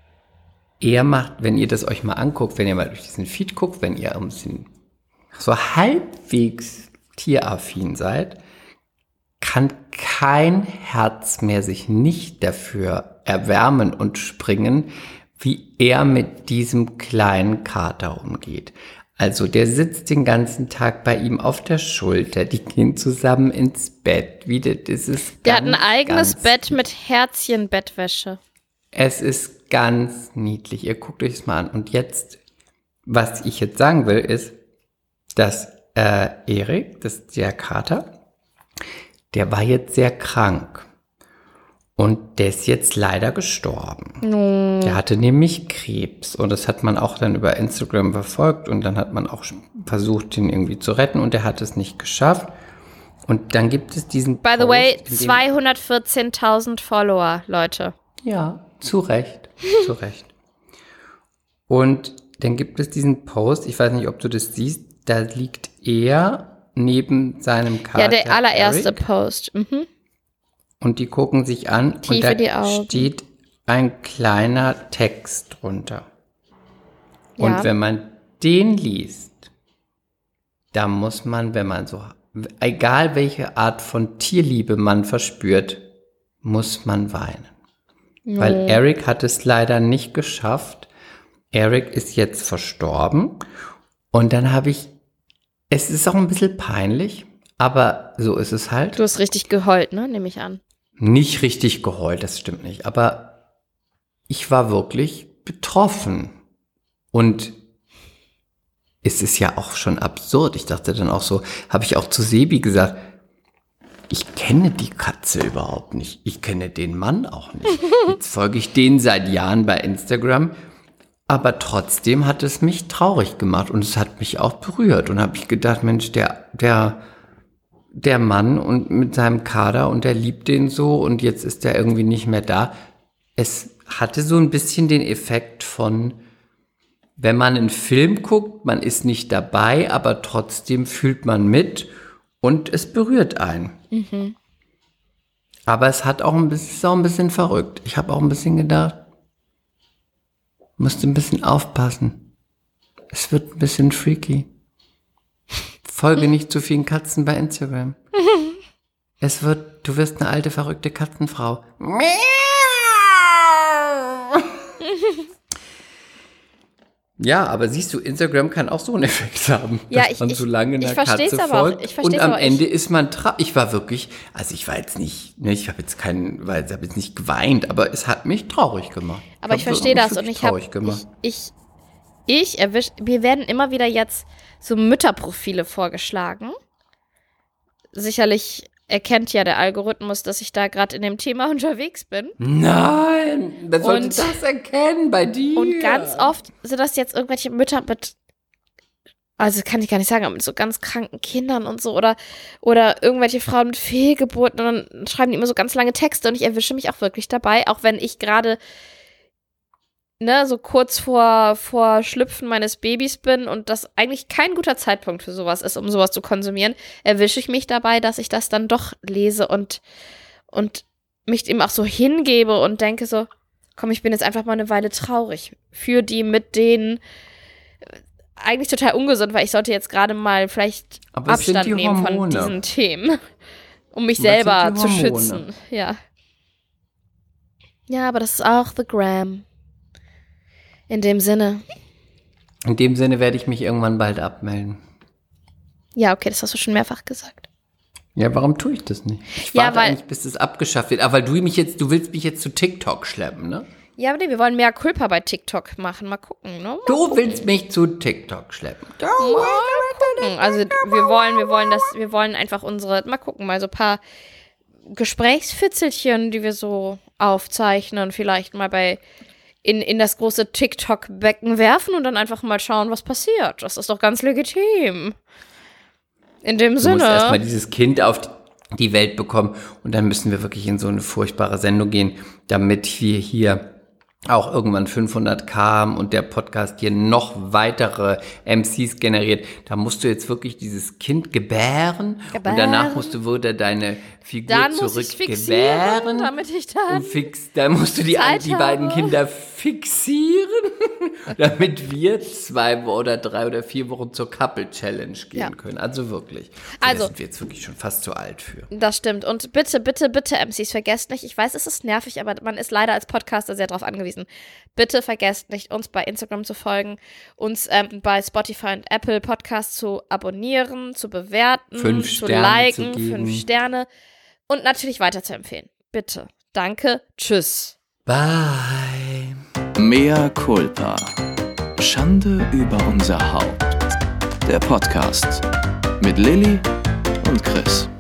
er macht, wenn ihr das euch mal anguckt, wenn ihr mal durch diesen Feed guckt, wenn ihr ein bisschen so halbwegs tieraffin seid, kann kein Herz mehr sich nicht dafür erwärmen und springen, wie er mit diesem kleinen Kater umgeht. Also der sitzt den ganzen Tag bei ihm auf der Schulter, die gehen zusammen ins Bett. Der hat ein eigenes Bett mit Herzchen-Bettwäsche. Es ist ganz niedlich. Ihr guckt euch das mal an. Und jetzt, was ich jetzt sagen will, ist, dass Erik, das ist der Kater, der war jetzt sehr krank. Und der ist jetzt leider gestorben. Der hatte nämlich Krebs. Und das hat man auch dann über Instagram verfolgt. Und dann hat man auch versucht, ihn irgendwie zu retten. Und er hat es nicht geschafft. Und dann gibt es diesen By the Post, way, in dem- 214.000 Follower, Leute. Ja, zu Recht, zu Recht. Und dann gibt es diesen Post, ich weiß nicht, ob du das siehst, da liegt er neben seinem Kater Ja, der allererste Eric, Post. und die gucken sich an Tief und in die da Augen. steht ein kleiner Text drunter. Ja. Und wenn man den liest, da muss man, wenn man so, egal welche Art von Tierliebe man verspürt, muss man weinen. Weil Eric hat es leider nicht geschafft. Eric ist jetzt verstorben. Und dann es ist auch ein bisschen peinlich, aber so ist es halt. Du hast richtig geheult, ne? Nehme ich an. Nicht richtig geheult, das stimmt nicht. Aber ich war wirklich betroffen. Und es ist ja auch schon absurd. Ich dachte dann auch so, habe ich auch zu Sebi gesagt, ich kenne die Katze überhaupt nicht. Ich kenne den Mann auch nicht. Jetzt folge ich denen seit Jahren bei Instagram. Aber trotzdem hat es mich traurig gemacht und es hat mich auch berührt. Und habe ich gedacht, Mensch, der Mann und mit seinem Kader und der liebt den so und jetzt ist er irgendwie nicht mehr da. Es hatte so ein bisschen den Effekt von, wenn man einen Film guckt, man ist nicht dabei, aber trotzdem fühlt man mit und es berührt einen. Aber es hat auch ist auch ein bisschen verrückt. Ich habe auch ein bisschen gedacht, musst ein bisschen aufpassen. Es wird ein bisschen freaky. Folge nicht zu vielen Katzen bei Instagram. Du wirst eine alte, verrückte Katzenfrau. Ja, aber siehst du, Instagram kann auch so einen Effekt haben, Ja, dass man so lange einer versteh's Katze aber auch. folgt Ich versteh's und am aber. Ende ist man ich war wirklich, also ich war jetzt nicht, ne, ich habe jetzt nicht geweint, aber es hat mich traurig gemacht. Aber ich verstehe das und ich habe gemacht. mir werden immer wieder jetzt so Mütterprofile vorgeschlagen. Sicherlich erkennt ja der Algorithmus, dass ich da gerade in dem Thema unterwegs bin. Nein, wer sollte Und- das erkennen bei dir? Und ganz oft sind das jetzt irgendwelche Mütter mit, also kann ich gar nicht sagen, aber mit so ganz kranken Kindern und so oder irgendwelche Frauen mit Fehlgeburten und dann schreiben die immer so ganz lange Texte und ich erwische mich auch wirklich dabei, auch wenn ich gerade so kurz vor Schlüpfen meines Babys bin und das eigentlich kein guter Zeitpunkt für sowas ist, um sowas zu konsumieren, erwische ich mich dabei, dass ich das dann doch lese und mich dem auch so hingebe und denke so, komm, ich bin jetzt einfach mal eine Weile traurig für die, mit denen eigentlich total ungesund, weil ich sollte jetzt gerade mal vielleicht Aber es sind Abstand die nehmen von Hormone. diesen Themen, um mich Aber es selber sind die zu Hormone. schützen. Ja. Ja, aber das ist auch The Gram. In dem Sinne. In dem Sinne werde ich mich irgendwann bald abmelden. Ja, okay, das hast du schon mehrfach gesagt. Ja, warum tue ich das nicht? Ich Ja, warte weil- eigentlich, bis es abgeschafft wird. Aber weil du willst mich jetzt zu TikTok schleppen, ne? Ja, aber nee, wir wollen mehr Culpa bei TikTok machen. Mal gucken, ne? Du willst mich zu TikTok schleppen. Mal gucken. Also wir wollen einfach mal gucken, mal so ein paar Gesprächsfitzelchen, die wir so aufzeichnen, vielleicht mal in das große TikTok-Becken werfen und dann einfach mal schauen, was passiert. Das ist doch ganz legitim. In dem Du Sinne. musst erstmal dieses Kind auf die Welt bekommen und dann müssen wir wirklich in so eine furchtbare Sendung gehen, damit wir hier auch irgendwann 500k haben und der Podcast hier noch weitere MCs generiert. Da musst du jetzt wirklich dieses Kind gebären. Und danach musst du wieder deine Figur Dann muss ich zurückgebären. fixieren, damit ich dann Dann musst du die Zeit beiden habe. Kinder fixieren, damit wir 2 oder 3 oder 4 Wochen zur Couple Challenge gehen können. Also wirklich. Also- Da sind wir jetzt wirklich schon fast zu alt für. Das stimmt. Und bitte, bitte, bitte, MCs, vergesst nicht, ich weiß, es ist nervig, aber man ist leider als Podcaster sehr darauf angewiesen. Bitte vergesst nicht, uns bei Instagram zu folgen, uns bei Spotify und Apple Podcasts zu abonnieren, zu bewerten, 5 zu Sterne liken, zu geben. 5 Sterne und natürlich weiterzuempfehlen. Bitte. Danke. Tschüss. Bye. Mea culpa. Schande über unser Haupt. Der Podcast mit Lilly und Chris.